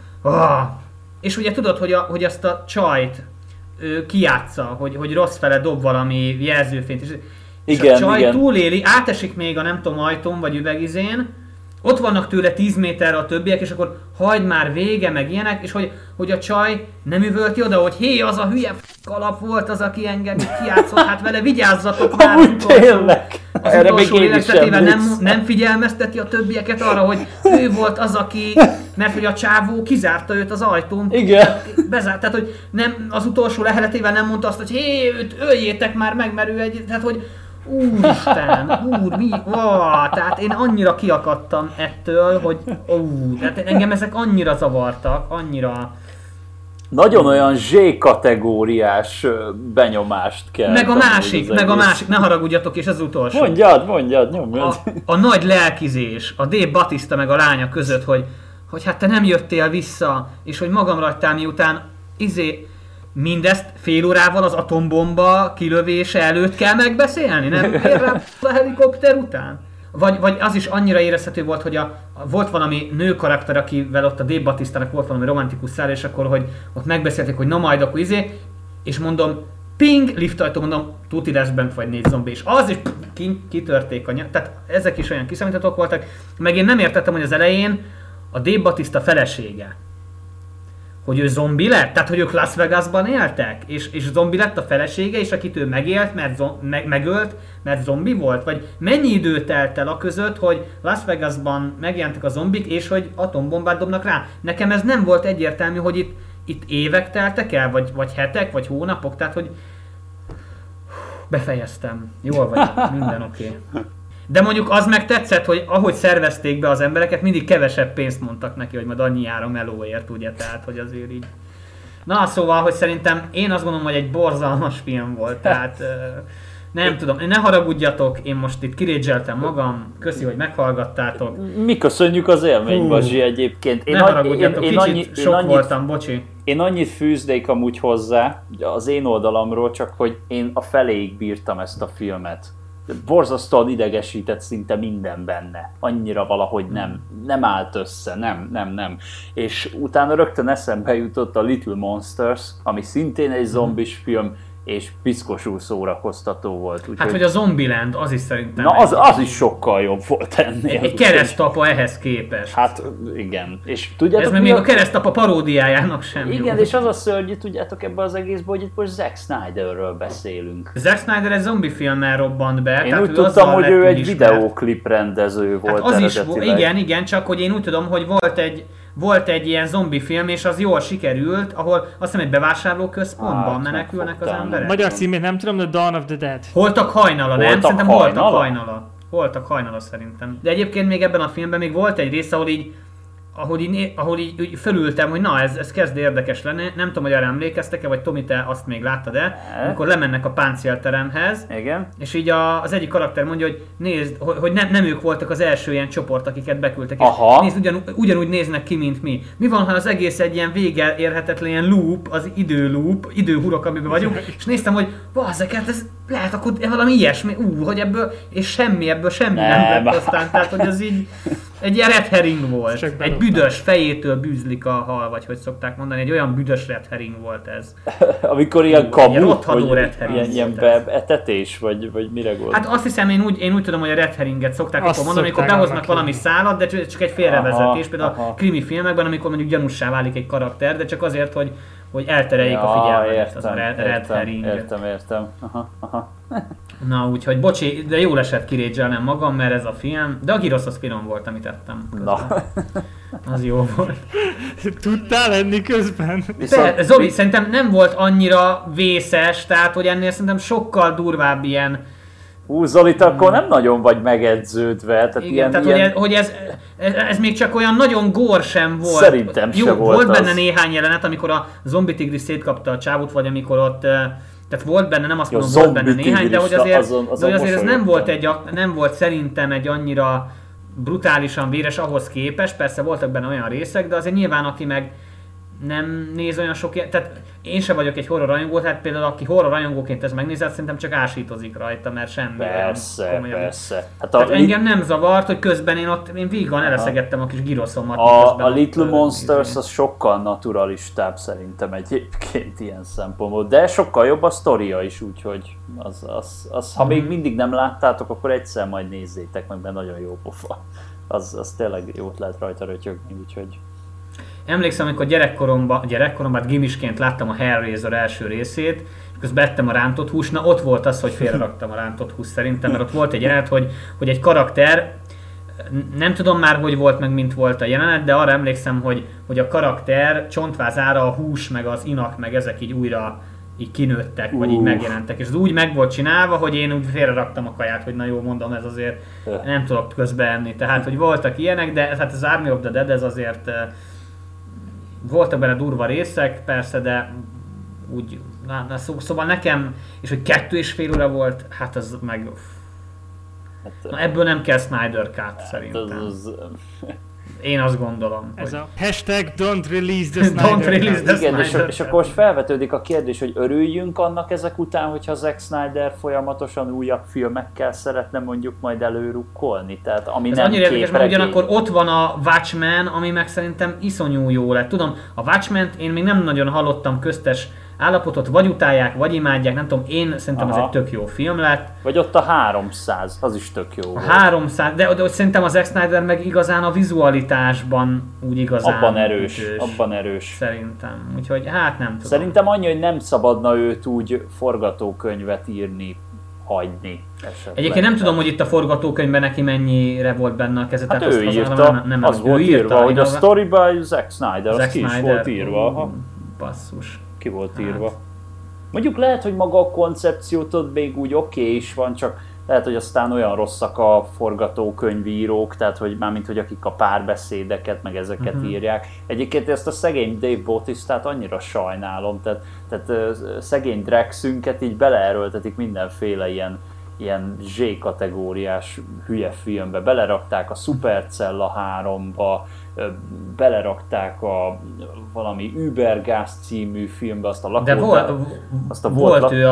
És ugye tudod, hogy azt a csajt kijátsza, hogy rossz fele dob valami jelzőfényt, és a csaj túléli, átesik még a nem tudom ajtón vagy üvegizén, ott vannak tőle 10 méterre a többiek, és akkor hagyd már vége, meg ilyenek, és hogy a csaj nem üvölti oda, hogy hé, az a hülye alap volt az, aki engem kijátszott, hát vele vigyázzatok már. Amúgy tényleg. Az Erre utolsó még én is életetével nem figyelmezteti a többieket arra, hogy ő volt az, aki, mert hogy a csávó kizárta őt az ajtón. Igen. Bezárt, tehát hogy nem, az utolsó leheletével nem mondta azt, hogy hé, őt öljétek már meg, mert ő egy, tehát hogy úristen, mi, tehát én annyira kiakadtam ettől, hogy tehát engem ezek annyira zavartak, annyira... Nagyon olyan Z-kategóriás benyomást kell. Meg a másik, ne haragudjatok, és az utolsó. Mondjad, nyomjad. A nagy lelkizés, a Dave Bautista meg a lánya között, hogy hát te nem jöttél vissza, és hogy magamra hagytál, miután mindezt fél órával az atombomba kilövése előtt kell megbeszélni, nem? Érre a helikopter után? Vagy az is annyira érezhető volt, hogy volt valami nő karakter, akivel ott a Dave Bautistának volt valami romantikus szál, és akkor, hogy ott megbeszélték, hogy na majd akkor és mondom, ping, liftajtó, mondom, tuti lesz bent vagy 4 zombi, és az is kitörték a tehát ezek is olyan kiszámíthatók voltak, meg én nem értettem, hogy az elején a Dave Bautista felesége, hogy ő zombi lett? Tehát, hogy ők Las Vegasban éltek? És zombi lett a felesége, és akit ő megélt, megölt, mert zombi volt? Vagy mennyi idő telt el a között, hogy Las Vegasban megjelentek a zombik, és hogy atombombát dobnak rá? Nekem ez nem volt egyértelmű, hogy itt évek teltek el, vagy hetek, vagy hónapok, tehát, hogy befejeztem. Jól vagyok, minden oké. De mondjuk az meg tetszett, hogy ahogy szervezték be az embereket, mindig kevesebb pénzt mondtak neki, hogy majd annyi jár a melóért, ugye, tehát, hogy azért így... Na, szóval, hogy szerintem én azt gondolom, hogy egy borzalmas film volt, tehát nem tudom, ne haragudjatok, én most itt kirédzseltem magam, köszi, hogy meghallgattátok. Mi köszönjük az élmény, Bazsi, egyébként. Ne haragudjatok, kicsit sok voltam, bocsi. Én annyit fűznék amúgy hozzá, az én oldalamról, csak hogy én a feléig bírtam ezt a filmet. Borzasztóan idegesített szinte minden benne. Annyira valahogy nem állt össze, nem. És utána rögtön eszembe jutott a Little Monsters, ami szintén egy zombis film, és piszkosul szórakoztató volt. Úgyhogy... Hát, hogy a Zombieland, az is szerintem... Na, az is sokkal jobb volt ennél. Egy keresztapa ehhez képest. Hát, igen. És tudjátok, ez még a keresztapa paródiájának sem igen, jó. és az a szörnyű, tudjátok ebben az egészben, hogy itt most Zack Snyderről beszélünk. Zack Snyder egy zombi filmmel robbant be. Én úgy tudtam, hogy ő egy videóklip rendező volt hát az eredetileg. Igen, csak hogy én úgy tudom, hogy volt egy ilyen zombi film, és az jól sikerült, ahol azt hiszem egy bevásárlóközpontban menekülnek az emberek. Magyar címét nem tudom, de Dawn of the Dead. Holtak hajnala, nem? Szerintem holtak hajnala szerintem. De egyébként még ebben a filmben még volt egy rész, ahol így fölültem, hogy na, ez kezd érdekes lenni. Nem tudom, hogy arra emlékeztek-e, vagy Tomi, te azt még láttad-e, amikor lemennek a páncélteremhez. Igen. És így az egyik karakter mondja, hogy nézd, hogy nem ők voltak az első ilyen csoport, akiket beküldtek. Aha. És nézd, ugyanúgy néznek ki, mint mi. Mi van, ha az egész egy ilyen vége érhetetlen ilyen loop, az időhurok, amiben vagyunk, és néztem, hogy bazzeket, ez lehet akkor valami ilyesmi, hogy ebből semmi nem lett aztán, tehát hogy az így egy ilyen red herring volt. Egy büdös, fejétől bűzlik a hal, vagy hogy szokták mondani, egy olyan büdös red herring volt ez. Amikor ilyen kamu, vagy ilyen etetés, vagy mire gondolsz? Hát azt hiszem, én úgy tudom, hogy a red herringet szokták akkor mondani, amikor behoznak valami szálat, de csak egy félrevezetés, például a krimi filmekben, amikor mondjuk gyanússá válik egy karakter, de csak azért, hogy eltereljék a figyelmet, az a red herring. Értem. Aha. Na, úgyhogy bocsi, de jól esett kirédzselnem magam, mert ez a film, de a Gyrosz az finom volt, amit ettem közben. Na. Az jó volt. Tudtál enni közben? De, Zoli, szerintem nem volt annyira vészes, tehát hogy ennél szerintem sokkal durvább ilyen... Zoli, akkor nem nagyon vagy megedződve. Tehát igen, tehát hogy ez még csak olyan nagyon gór sem volt. Szerintem jó, sem volt benne néhány jelenet, amikor a zombi tigris szétkapta a csávót, vagy amikor ott... Tehát volt benne, nem azt mondom, volt benne néhány, de hogy azért ez nem volt szerintem egy annyira brutálisan véres ahhoz képest, persze voltak benne olyan részek, de azért nyilván aki meg nem néz olyan sok ilyen, tehát én sem vagyok egy horror rajongó, tehát például aki horror rajongóként ez megnézett, szerintem csak ásítozik rajta, mert semmi. Persze. Hát engem nem zavart, hogy közben én vígan eleszegettem a kis gyroszommat. A Little Monsters az sokkal naturalistább szerintem egyébként ilyen szempontból, de sokkal jobb a sztoria is, úgyhogy ha még mindig nem láttátok, akkor egyszer majd nézzétek meg, mert nagyon jó pofa. az tényleg jót lehet rajta rötyögni, úgyhogy... Emlékszem, amikor gyerekkoromban gimisként láttam a Hellraiser első részét, közben ettem a rántott húst, na ott volt az, hogy félreraktam a rántott húst szerintem, mert ott volt egy jelenet, hogy egy karakter, nem tudom már, hogy volt meg, mint volt a jelenet, de arra emlékszem, hogy a karakter csontvázára a hús, meg az inak, meg ezek így újra így kinőttek, vagy így megjelentek. És az úgy meg volt csinálva, hogy én úgy félreraktam a kaját, hogy na jó, mondom, ez azért nem tudok közbeenni. Tehát, hogy voltak ilyenek, de hát az Army of the Dead, ez azért voltak benne durva részek, persze, de úgy, szóval nekem, és hogy 2,5 óra volt, hát az meg... Na ebből nem kell Snyder Cut szerintem. Én azt gondolom. Ez a hashtag don't release the Snyder Cut. Igen, és akkor most felvetődik a kérdés, hogy örüljünk annak ezek után, hogyha Zack Snyder folyamatosan újabb filmekkel szeretne mondjuk majd előrukkolni, tehát ami ez nem annyira érdekes, mert képregény. ugyanakkor ott van a Watchmen, ami meg szerintem iszonyú jó lett. Tudom, a Watchmen-t én még nem nagyon hallottam köztes állapotot, vagy utálják, vagy imádják, nem tudom, én szerintem ez egy tök jó film lett. Vagy ott a 300, az is tök jó a volt. 300, de szerintem az Zack Snyder meg igazán a vizualitásban úgy igazán abban erős. Szerintem, úgyhogy hát nem tudom. Szerintem annyi, hogy nem szabadna őt úgy forgatókönyvet írni, hagyni. Esetleg. Egyébként nem tudom, hogy itt a forgatókönyvben neki mennyire volt benne a keze. Hát tehát ő írta, az volt írva, hogy a story by Zack Snyder, az ki is volt írva. Basszus. Ki volt írva. Mondjuk lehet, hogy maga a koncepciót ott még úgy oké is van, csak lehet, hogy aztán olyan rosszak a forgatókönyvírók, tehát hogy mármint, hogy akik a párbeszédeket, meg ezeket írják. Egyébként ezt a szegény Dave Bautistát annyira sajnálom, tehát szegény Drexünket így beleerőltetik mindenféle ilyen Z-kategóriás hülye filmbe. Belerakták a Supercella 3-ba, belerakták a valami Übergas című filmbe, azt a lakót. De volt ő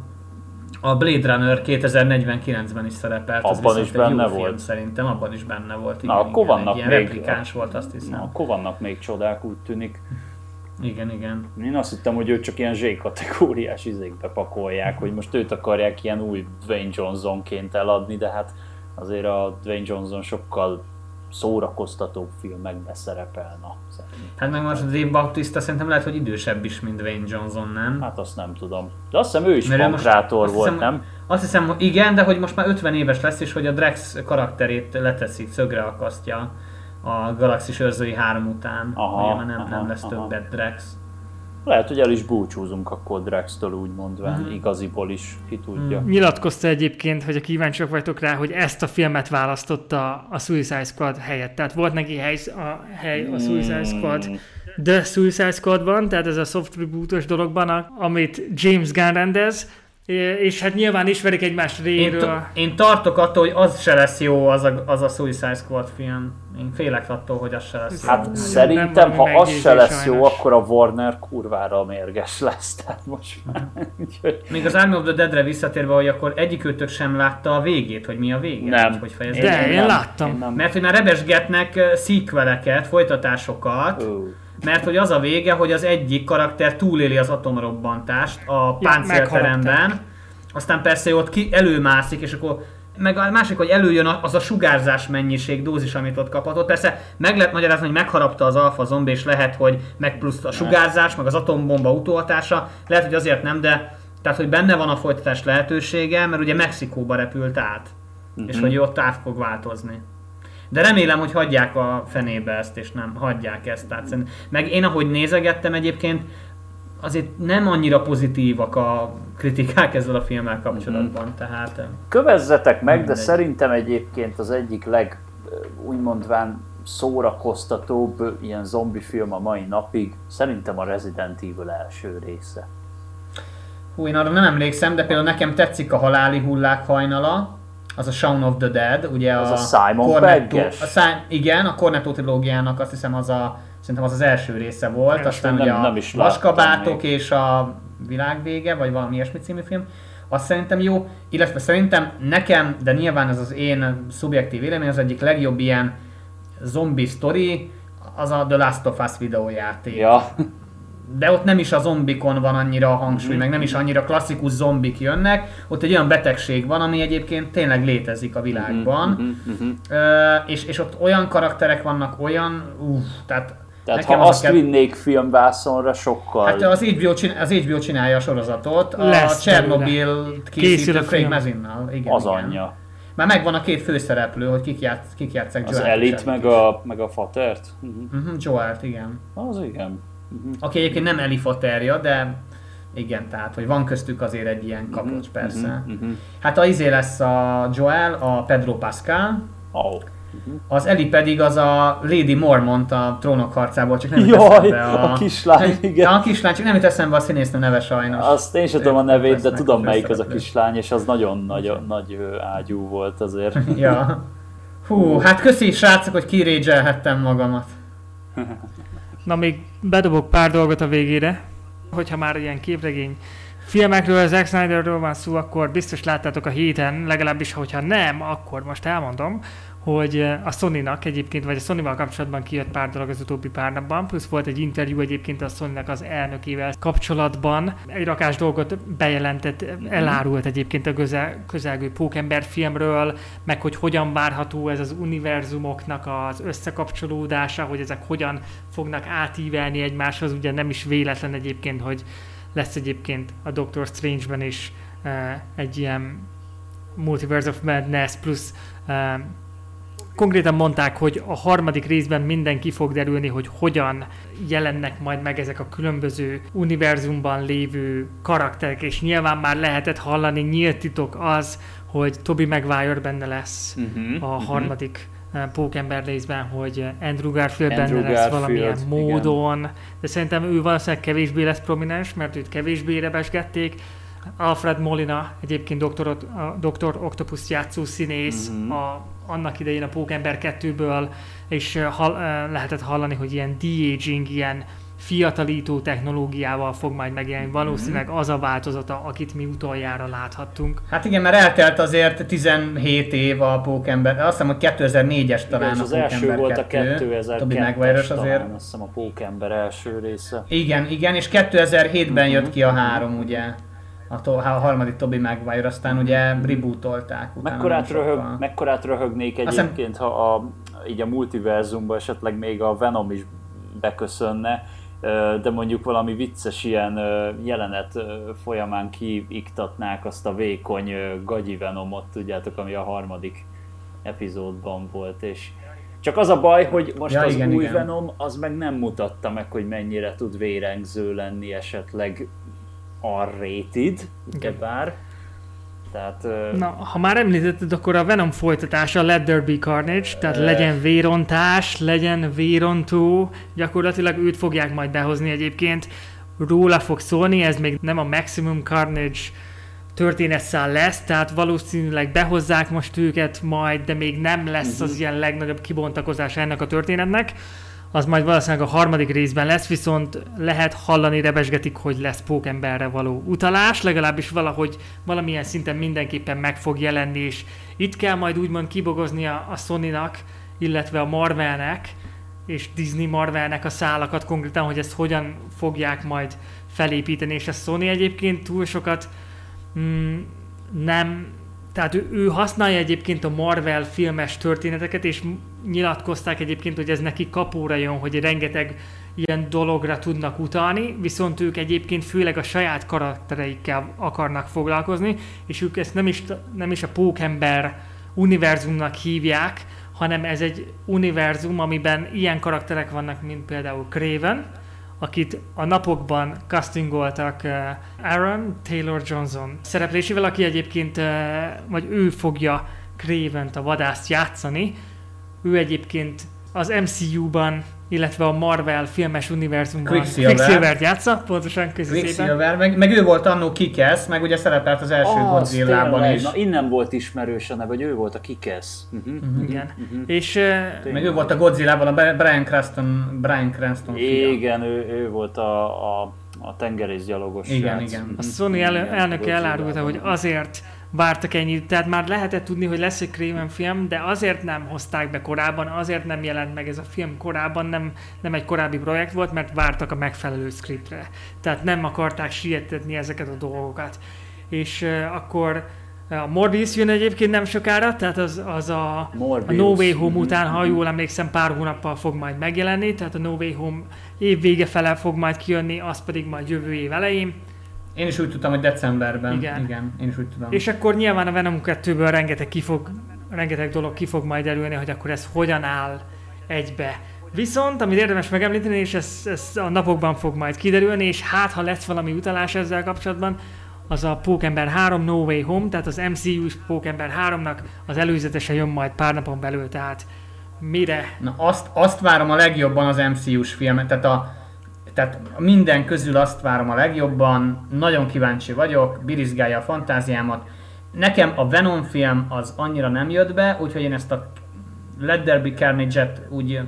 a Blade Runner 2049-ben is szerepelt. Abban is benne volt. Film, szerintem abban is benne volt. Igen, akkor vannak egy ilyen replikáns volt, azt hiszem. Na, akkor vannak még csodák, úgy tűnik. Igen. Én azt hittem, hogy őt csak ilyen Z-kategóriás izékbe pakolják, hogy most őt akarják ilyen új Dwayne Johnsonként eladni, de hát azért a Dwayne Johnson sokkal szórakoztatóbb filmekbe szerepelna. Hát meg most Dave Bautista szerintem lehet, hogy idősebb is, mint Dwayne Johnson, nem? Hát azt nem tudom. De azt hiszem ő is pankrátor volt, nem? Azt hiszem, hogy igen, de hogy most már 50 éves lesz, és hogy a Drax karakterét leteszik, szögre akasztja a Galaxis őrzői 3 után. Nem lesz többet Drax. Lehet, hogy el is búcsúzunk akkor Drax-től úgy mondván, igaziból is, ki tudja. Nyilatkozta egyébként, hogy a kíváncsiak vagytok rá, hogy ezt a filmet választotta a Suicide Squad helyett. Tehát volt neki hely a Suicide Squad, The Suicide Squadban, tehát ez a soft reboot-os dologban, amit James Gunn rendez, és hát nyilván ismerik egymást régről. Én tartok attól, hogy az se lesz jó, az a Suicide Squad film. Én félek attól, hogy az se lesz jó. Hát szerintem, ha az se lesz jó, akkor a Warner kurvára mérges lesz. Tehát most már. Még az Army of the Deadre visszatérve, hogy akkor egyikőtök sem látta a végét, hogy mi a vége? Nem. Hogy én láttam. Mert hogy már rebesgetnek sequeleket, folytatásokat, mert hogy az a vége, hogy az egyik karakter túléli az atomrobbantást a páncélteremben, aztán persze ott előmászik, és akkor meg a másik, hogy előjön az a sugárzás mennyiség, dózis, amit ott kaphatott. Persze meg lehet magyarázni, hogy megharapta az alfa zombi, és lehet, hogy meg plusz a sugárzás, meg az atombomba utóhatása. Lehet, hogy azért nem, de tehát, hogy benne van a folytatás lehetősége, mert ugye Mexikóba repült át, és hogy ott át fog változni. De remélem, hogy hagyják a fenébe ezt, és nem hagyják ezt. Tehát, meg én, ahogy nézegettem egyébként, azért nem annyira pozitívak a kritikák ezzel a filmmel kapcsolatban, tehát... Kövezzetek meg, de szerintem egyébként az egyik úgymondván szórakoztatóbb ilyen zombi film a mai napig, szerintem a Resident Evil első része. Hú, én arra nem emlékszem, de például nekem tetszik a Haláli hullák hajnala, az a Shaun of the Dead, ugye az a Simon Pegg-es. Igen, a Cornetto trilógiának azt hiszem szerintem az első része volt, aztán ugye nem a Vaskabátok és a Világ vége, vagy valami ilyesmi című film. Azt szerintem jó, illetve szerintem nekem, de nyilván ez az én szubjektív vélemény, az egyik legjobb ilyen zombi sztori, az a The Last of Us videójáték. Ja. de ott nem is a zombikon van annyira a hangsúly, meg nem is annyira klasszikus zombik jönnek, ott egy olyan betegség van, ami egyébként tényleg létezik a világban, és ott olyan karakterek vannak, tehát ha azt vinnék filmvászonra, sokkal... Hát az HBO csinálja a sorozatot, a Chernobyl készítő Craig Mazinnal. Igen, az anyja. Már megvan a két főszereplő, hogy kik játsszák Joel. Az Elite meg a Fatert? Joelt, igen. Az igen. Aki egyébként nem Eli Faterja, de igen, tehát, hogy van köztük azért egy ilyen kapocs, persze. Hát a izé lesz a Joel, a Pedro Pascal. Az Eli pedig az a Lady Mormont a Trónok harcából, csak nem jut eszembe a kislány, igen. A kislány, csak nem jut eszembe a színésznő neve sajnos. Azt én sem tudom a nevét, de tudom melyik az a kislány, és az nagyon nagy ágyú volt azért. Ja. Hú, hát köszi srácok, hogy kirédzselhettem magamat. Na még bedobok pár dolgot a végére, hogyha már ilyen képregény filmekről, Zack Snyderről van szó, akkor biztos láttátok a héten, legalábbis hogyha nem, akkor most elmondom, hogy a Sony-nak egyébként, vagy a Sony-val kapcsolatban kijött pár dolog az utóbbi pár napban, plusz volt egy interjú egyébként a Sony-nak az elnökével kapcsolatban. Egy rakás dolgot bejelentett, elárult egyébként a közelgő Pókember filmről, meg hogy hogyan várható ez az univerzumoknak az összekapcsolódása, hogy ezek hogyan fognak átívelni egymáshoz. Ugye nem is véletlen egyébként, hogy lesz egyébként a Doctor Strange-ben is egy ilyen Multiverse of Madness plusz konkrétan mondták, hogy a harmadik részben minden ki fog derülni, hogy hogyan jelennek majd meg ezek a különböző univerzumban lévő karakterek, és nyilván már lehetett hallani, nyílt titok az, hogy Tobey Maguire benne lesz a harmadik Pókember részben, hogy Andrew Garfield benne lesz valamilyen módon, igen. De szerintem ő valószínűleg kevésbé lesz prominens, mert őt kevésbé rebesgették. Alfred Molina, egyébként Dr. Octopus játszó színész, annak idején a Pókember 2-ből, és lehetett hallani, hogy ilyen de-aging, ilyen fiatalító technológiával fog majd megjelenni. Valószínűleg az a változata, akit mi utoljára láthattunk. Hát igen, mert eltelt azért 17 év a Pókember, azt hiszem, hogy 2004-es talán igen, a Pókember 2. Az első volt a 2002-es talán, azt hiszem a Pókember első része. Igen, és 2007-ben jött ki a 3, ugye. A harmadik Tobey Maguire, aztán ugye rebootolták. Mekkorát röhögnék egyébként, ha így a multiverzumban esetleg még a Venom is beköszönne, de mondjuk valami vicces ilyen jelenet folyamán kiiktatnák azt a vékony gagyi Venomot, tudjátok, ami a harmadik epizódban volt, és csak az a baj, hogy most új Venom, az meg nem mutatta meg, hogy mennyire tud vérengző lenni, esetleg R-rated, ugyebár. Tehát, na, ha már említetted, akkor a Venom folytatása, Let There Be Carnage, tehát legyen vérontás, legyen vérontó, gyakorlatilag őt fogják majd behozni egyébként, róla fog szólni, ez még nem a Maximum Carnage történetszál lesz, tehát valószínűleg behozzák most őket majd, de még nem lesz az ilyen legnagyobb kibontakozása ennek a történetnek. Az majd valószínűleg a harmadik részben lesz, viszont lehet hallani, rebesgetik, hogy lesz Pókemberre való utalás, legalábbis valahogy valamilyen szinten mindenképpen meg fog jelenni, és itt kell majd úgymond kibogozni a Sony-nak, illetve a Marvelnek, és Disney Marvelnek a szálakat konkrétan, hogy ezt hogyan fogják majd felépíteni, és a Sony egyébként túl sokat nem... Tehát ő használja egyébként a Marvel filmes történeteket, és nyilatkozták egyébként, hogy ez neki kapóra jön, hogy rengeteg ilyen dologra tudnak utalni, viszont ők egyébként főleg a saját karaktereikkel akarnak foglalkozni, és ők ezt nem is a Pókember univerzumnak hívják, hanem ez egy univerzum, amiben ilyen karakterek vannak, mint például Kraven, akit a napokban castingoltak Aaron Taylor Johnson szereplésével, aki egyébként, vagy ő fogja Cravent, a vadászt játszani. Ő egyébként az MCU-ban, illetve a Marvel filmes univerzumban Quicksilvert játsza, pontosan Quicksilver, meg ő volt annó Kick-Ass, meg ugye szerepelt az első Godzilla-ban is. Na, innen volt ismerős a neve, hogy ő volt a Kick-Ass. Igen. És, meg ő volt a Godzilla-ban, a Bryan Cranston fia. Igen, ő volt a tengerészgyalogos. Igen. A Sony elnöke elárulta, hogy azért vártak ennyit. Tehát már lehetett tudni, hogy lesz egy Craven film, de azért nem hozták be korábban, azért nem jelent meg ez a film korábban, nem egy korábbi projekt volt, mert vártak a megfelelő scriptre. Tehát nem akarták sietetni ezeket a dolgokat. És akkor a Morbius jön egyébként nem sokára, tehát az a No Way Home után, ha jól emlékszem, pár hónappal fog majd megjelenni, tehát a No Way Home év vége fele fog majd kijönni, az pedig majd jövő év elején. Én is úgy tudtam, hogy decemberben. Igen, én is úgy tudom. És akkor nyilván a Venom 2-ből rengeteg dolog ki fog majd előni, hogy akkor ez hogyan áll egybe. Viszont, amit érdemes megemlíteni, és ez a napokban fog majd kiderülni, és hát ha lesz valami utalás ezzel kapcsolatban, az a Pókember 3 No Way Home, tehát az MCU-s Pókember 3-nak az előzetese jön majd pár napon belül, tehát mire? Na azt várom a legjobban az MCU-s filmet, tehát minden közül azt várom a legjobban, nagyon kíváncsi vagyok, birizgálja a fantáziámat. Nekem a Venom film az annyira nem jött be, úgyhogy én ezt a Let There Be Carnage-et úgy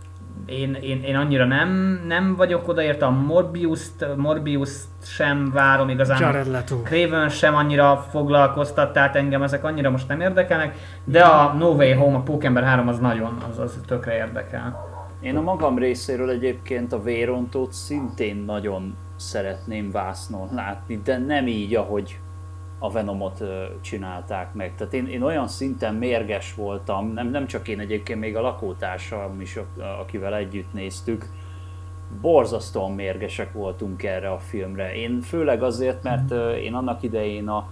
én annyira nem vagyok odaérte, a Morbius sem várom igazán, Craven sem annyira foglalkoztat, tehát engem ezek annyira most nem érdekelnek, de a No Way Home, a Pókember 3 az nagyon, az tökre érdekel. Én a magam részéről egyébként a vérontót szintén nagyon szeretném vásznon látni, de nem így, ahogy a Venomot csinálták meg. Tehát én olyan szinten mérges voltam, nem csak én egyébként, még a lakótársam is, akivel együtt néztük, borzasztóan mérgesek voltunk erre a filmre. Én főleg azért, mert én annak idején a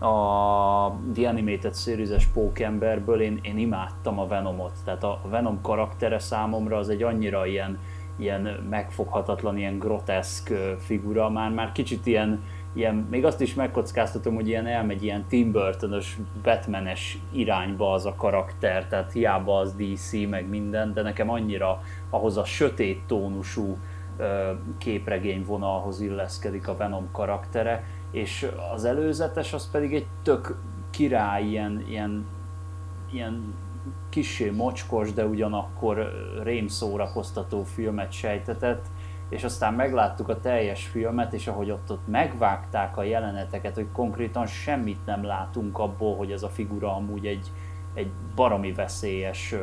The Animated Series-es Pókemberből én imádtam a Venomot. Tehát a Venom karaktere számomra az egy annyira ilyen megfoghatatlan, ilyen groteszk figura, már kicsit ilyen, még azt is megkockáztatom, hogy elmegy ilyen Tim Burton-ös, Batman-es irányba az a karakter, tehát hiába az DC, meg minden, de nekem annyira ahhoz a sötét tónusú képregény vonalhoz illeszkedik a Venom karaktere, és az előzetes az pedig egy tök király, ilyen kissé mocskos, de ugyanakkor rémszórakoztató filmet sejtetett, és aztán megláttuk a teljes filmet, és ahogy ott megvágták a jeleneteket, hogy konkrétan semmit nem látunk abból, hogy ez a figura amúgy egy baromi veszélyes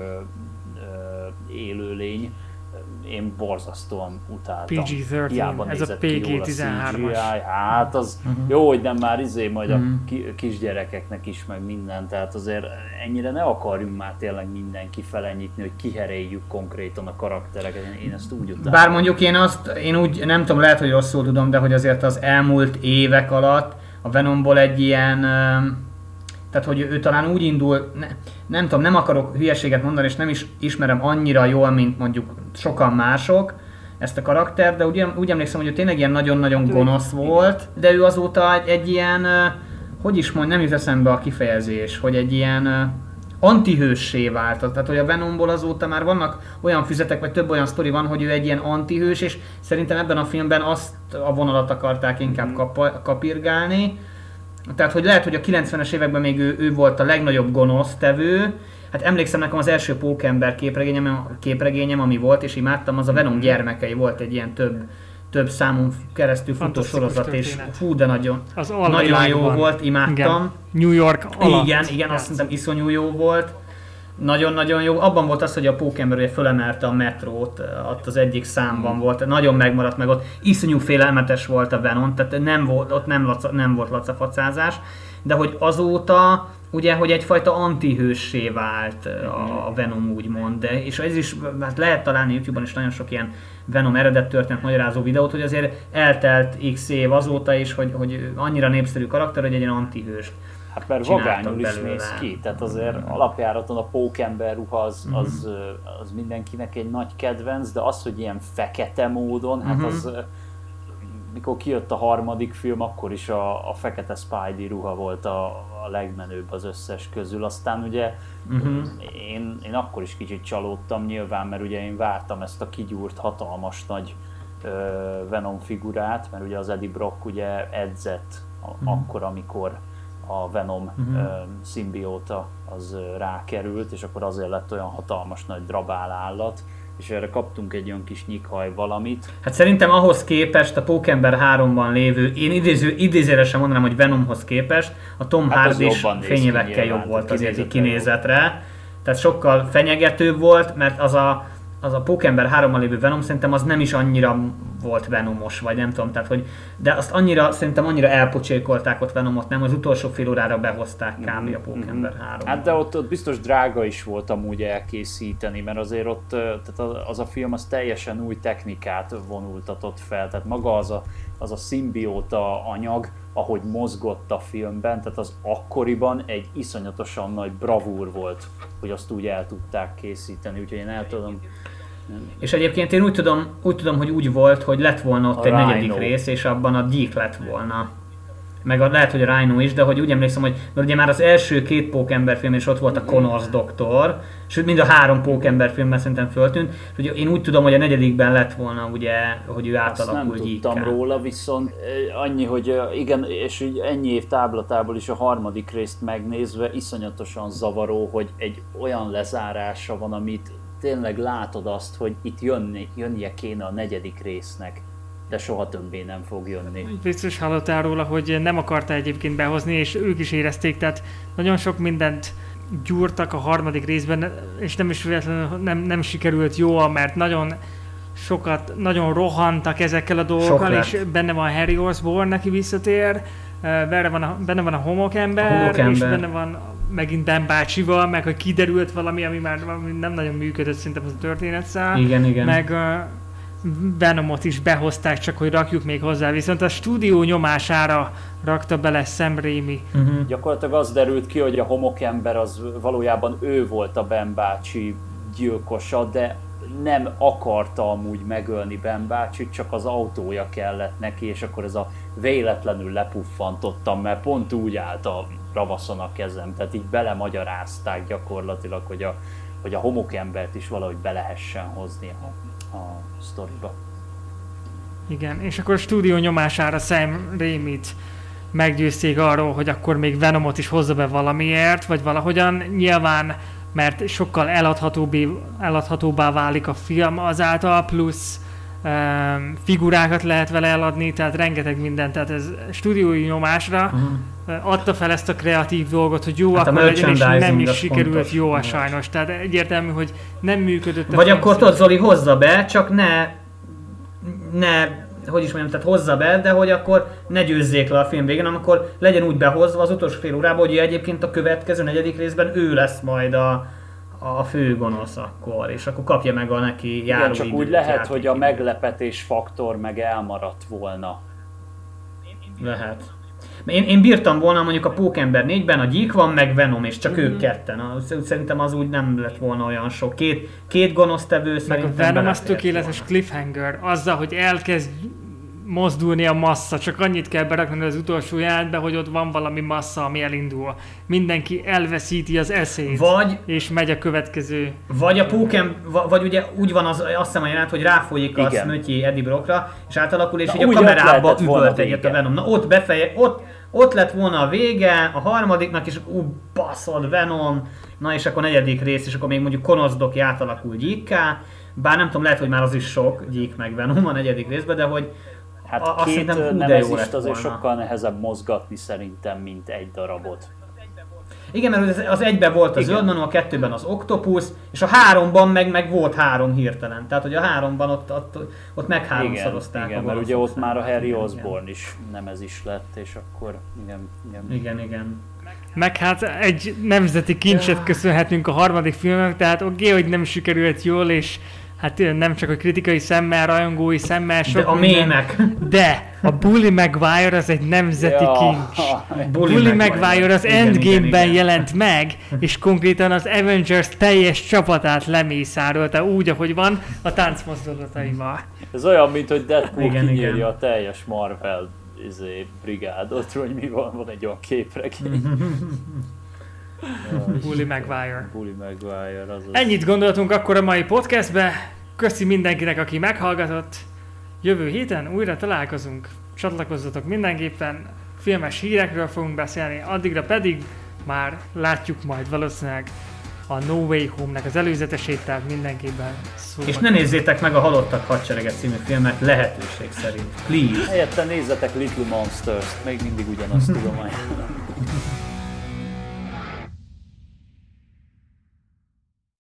élőlény. Én borzasztóan utáltam. PG-13, ez a PG-13-as. Hát az jó, hogy nem már majd a kisgyerekeknek is, meg minden, tehát azért ennyire ne akarjunk már tényleg mindenki fele nyitni, hogy kiheréljük konkrétan a karaktereket, én ezt úgy utálom. Bár mondjuk én úgy, nem tudom, lehet, hogy rosszul tudom, de hogy azért az elmúlt évek alatt a Venomból egy ilyen, tehát hogy ő talán úgy indul, nem tudom, nem akarok hülyeséget mondani, és nem is ismerem annyira jól, mint mondjuk sokan mások ezt a karaktert, de úgy emlékszem, hogy ő tényleg ilyen nagyon-nagyon gonosz volt, de ő azóta egy ilyen, hogy is mondjam, nem jut eszembe a kifejezés, hogy egy ilyen antihőssé vált. Tehát, hogy a Venomból azóta már vannak olyan füzetek, vagy több olyan sztori van, hogy ő egy ilyen antihős, és szerintem ebben a filmben azt a vonalat akarták inkább kapirgálni. Tehát, hogy lehet, hogy a 90-es években még ő volt a legnagyobb gonosztevő. Hát emlékszem, nekem az első Pókember képregényem, ami volt, és imádtam, az a Venom gyermekei volt, egy ilyen több számon keresztül futó sorozat, és hú, de nagyon jó volt, imádtam. Igen. New York alatt. Igen, azt hiszem iszonyú jó volt. Nagyon-nagyon jó. Abban volt az, hogy a Pókember ugye fölemelte a metrót, ott az egyik számban volt, nagyon megmaradt meg ott. Iszonyú félelmetes volt a Venom, tehát nem volt lacafacázás, de hogy azóta ugye, hogy egyfajta antihőssé vált a Venom úgymond, és ez is, hát lehet találni YouTube-on is nagyon sok ilyen Venom eredet történet magyarázó videót, hogy azért eltelt x év azóta is, hogy annyira népszerű karakter, hogy egy ilyen antihős. Hát mert vagányul is néz ki, tehát azért alapjáraton a Pókember ruha az mindenkinek egy nagy kedvenc, de az, hogy ilyen fekete módon, hát az, mikor kijött a harmadik film, akkor is a fekete Spidey ruha volt a legmenőbb az összes közül, aztán ugye én akkor is kicsit csalódtam nyilván, mert ugye én vártam ezt a kigyúrt, hatalmas nagy Venom figurát, mert ugye az Eddie Brock ugye edzett akkor, amikor a Venom szimbióta az rákerült, és akkor azért lett olyan hatalmas nagy drabál állat, és erre kaptunk egy olyan kis nyikhaj valamit. Hát szerintem ahhoz képest a Pókember 3-ban lévő, én idézőjelesen mondanám, hogy Venomhoz képest, a Tom Hardy-s fényévekkel jobb volt azért így kinézetre. Tehát sokkal fenyegetőbb volt, mert az a Pókember 3-ban lévő Venom szerintem az nem is annyira volt Venomos, vagy nem tudom, tehát hogy, de azt szerintem annyira elpocsékolták ott Venomot, nem, az utolsó fél órára behozták kb. A Pókember 3-ban. Hát de ott biztos drága is volt amúgy elkészíteni, mert azért ott tehát az a film az teljesen új technikát vonultatott fel, tehát maga az a szimbióta anyag, ahogy mozgott a filmben, tehát az akkoriban egy iszonyatosan nagy bravúr volt, hogy azt úgy el tudták készíteni, úgyhogy én el tudom. És egyébként én úgy tudom, hogy úgy volt, hogy lett volna ott egy negyedik rész, és abban a Gyík lett volna. Meg lehet, hogy a Rhino is, de hogy úgy emlékszem, hogy ugye már az első 2 Pókember film is ott volt a Connors doktor, sőt mind a 3 Pókember filmben szerintem föltűnt. Ugye én úgy tudom, hogy a negyedikben lett volna, ugye, hogy ő átalakul Gyíkká. Nem tudtam róla, viszont annyi, hogy igen, és így ennyi év táblatából is a harmadik részt megnézve iszonyatosan zavaró, hogy egy olyan lezárása van, amit tényleg látod azt, hogy itt jönnie kéne a negyedik résznek, de soha többé nem fog jönni. Biztos hallottál róla, hogy nem akarta egyébként behozni, és ők is érezték, tehát nagyon sok mindent gyúrtak a harmadik részben, és nem is nem sikerült jól, mert nagyon rohantak ezekkel a dolgokkal, és benne van Harry Osborn, neki visszatér, benne van a homokember, és benne van megint Ben bácsival, meg hogy kiderült valami, ami már nem nagyon működött szerintem az a történetszál. Igen. Meg Venomot is behozták, csak hogy rakjuk még hozzá, viszont a stúdió nyomására rakta bele Sam Raimi. Gyakorlatilag az derült ki, hogy a homokember az valójában ő volt a Ben bácsi gyilkosa, de nem akarta amúgy megölni Ben bácsit, csak az autója kellett neki, és akkor ez a véletlenül lepuffantottam, mert pont úgy állt a ravaszon a kezem, tehát így belemagyarázták gyakorlatilag, hogy a homokembert is valahogy be lehessen hozni a sztoriba. Igen, és akkor a stúdió nyomására Sam Raimit meggyőzték arról, hogy akkor még Venomot is hozza be valamiért, vagy valahogyan, nyilván, mert sokkal eladhatóbbá válik a film azáltal, plusz figurákat lehet vele eladni, tehát rengeteg mindent, tehát ez stúdiói nyomásra adta fel ezt a kreatív dolgot, hogy jó, hát akkor legyen, és nem is sikerült jól sajnos, tehát egyértelmű, hogy nem működött. Vagy akkor tudod, Zoli, hozza be, csak ne, hogy is mondjam, tehát hozza be, de hogy akkor ne győzzék le a film végén, hanem akkor legyen úgy behozva az utolsó fél órában, hogy egyébként a következő negyedik részben ő lesz majd a főgonosz akkor, és akkor kapja meg a neki járó időt. Csak úgy lehet, hogy a meglepetés faktor meg elmaradt volna. Lehet. Én bírtam volna mondjuk a Pókember 4-ben, a Gyík van, meg Venom, és csak ők ketten. Szerintem az úgy nem lett volna olyan sok. Két gonosztevő szerintem. Meg a Venom az tökéletes cliffhanger. Azzal, hogy elkezd mozdulni a massza, csak annyit kell berakni az utolsó jelentbe, hogy ott van valami massza, ami elindul. Mindenki elveszíti az eszét, és megy a következő. Vagy a vagy ugye úgy van azt hiszem a jelent, hogy ráfolyik a Smötyi Eddie Brockra, és átalakul, és így a kamerába üvölt egyet a Venom. Na ott lett volna a vége, a harmadiknak is baszod Venom, na és akkor negyedik rész, és akkor még mondjuk Connors Doki átalakul Gyíkká, bár nem tudom, lehet, hogy már az is sok Gyík meg Venom a negyedik részben, de hogy hát két nemezist azért sokkal nehezebb mozgatni szerintem, mint egy darabot. Igen, mert az egyben volt a zöld Venom, a kettőben az Octopus, és a 3-ban meg volt 3 hirtelen. Tehát, hogy a 3-ban ott meg háromszorozták. Igen, mert ugye ott már a Harry Osborn is nemezis lett, és akkor igen. Meg hát egy nemzeti kincset köszönhetünk a harmadik filmnek, tehát oké, hogy nem sikerült jól, és hát nem csak a kritikai szemmel, rajongói szemmel, sok de a mémek. De a Bully Maguire az egy nemzeti kincs. Bully Maguire az Endgame-ben jelent meg, és konkrétan az Avengers teljes csapatát lemészárolta úgy, ahogy van, a táncmozdulataival. Ez olyan, mint hogy Deadpool kinyírja a teljes Marvel brigádot, hogy mi van egy olyan képregény. Bully Maguire. Azaz. Ennyit gondoltunk akkor a mai podcastbe. Köszi mindenkinek, aki meghallgatott. Jövő héten újra találkozunk. Csatlakozzatok mindenképpen. Filmes hírekről fogunk beszélni. Addigra pedig már látjuk majd valószínűleg a No Way Home-nek az előzetesét, tehát mindenképpen szóval. És ne nézzétek meg a Halottak hadserege című filmet lehetőség szerint. Please! Helyette nézzetek Little Monsters-t, még mindig ugyanazt tudom ajánlani.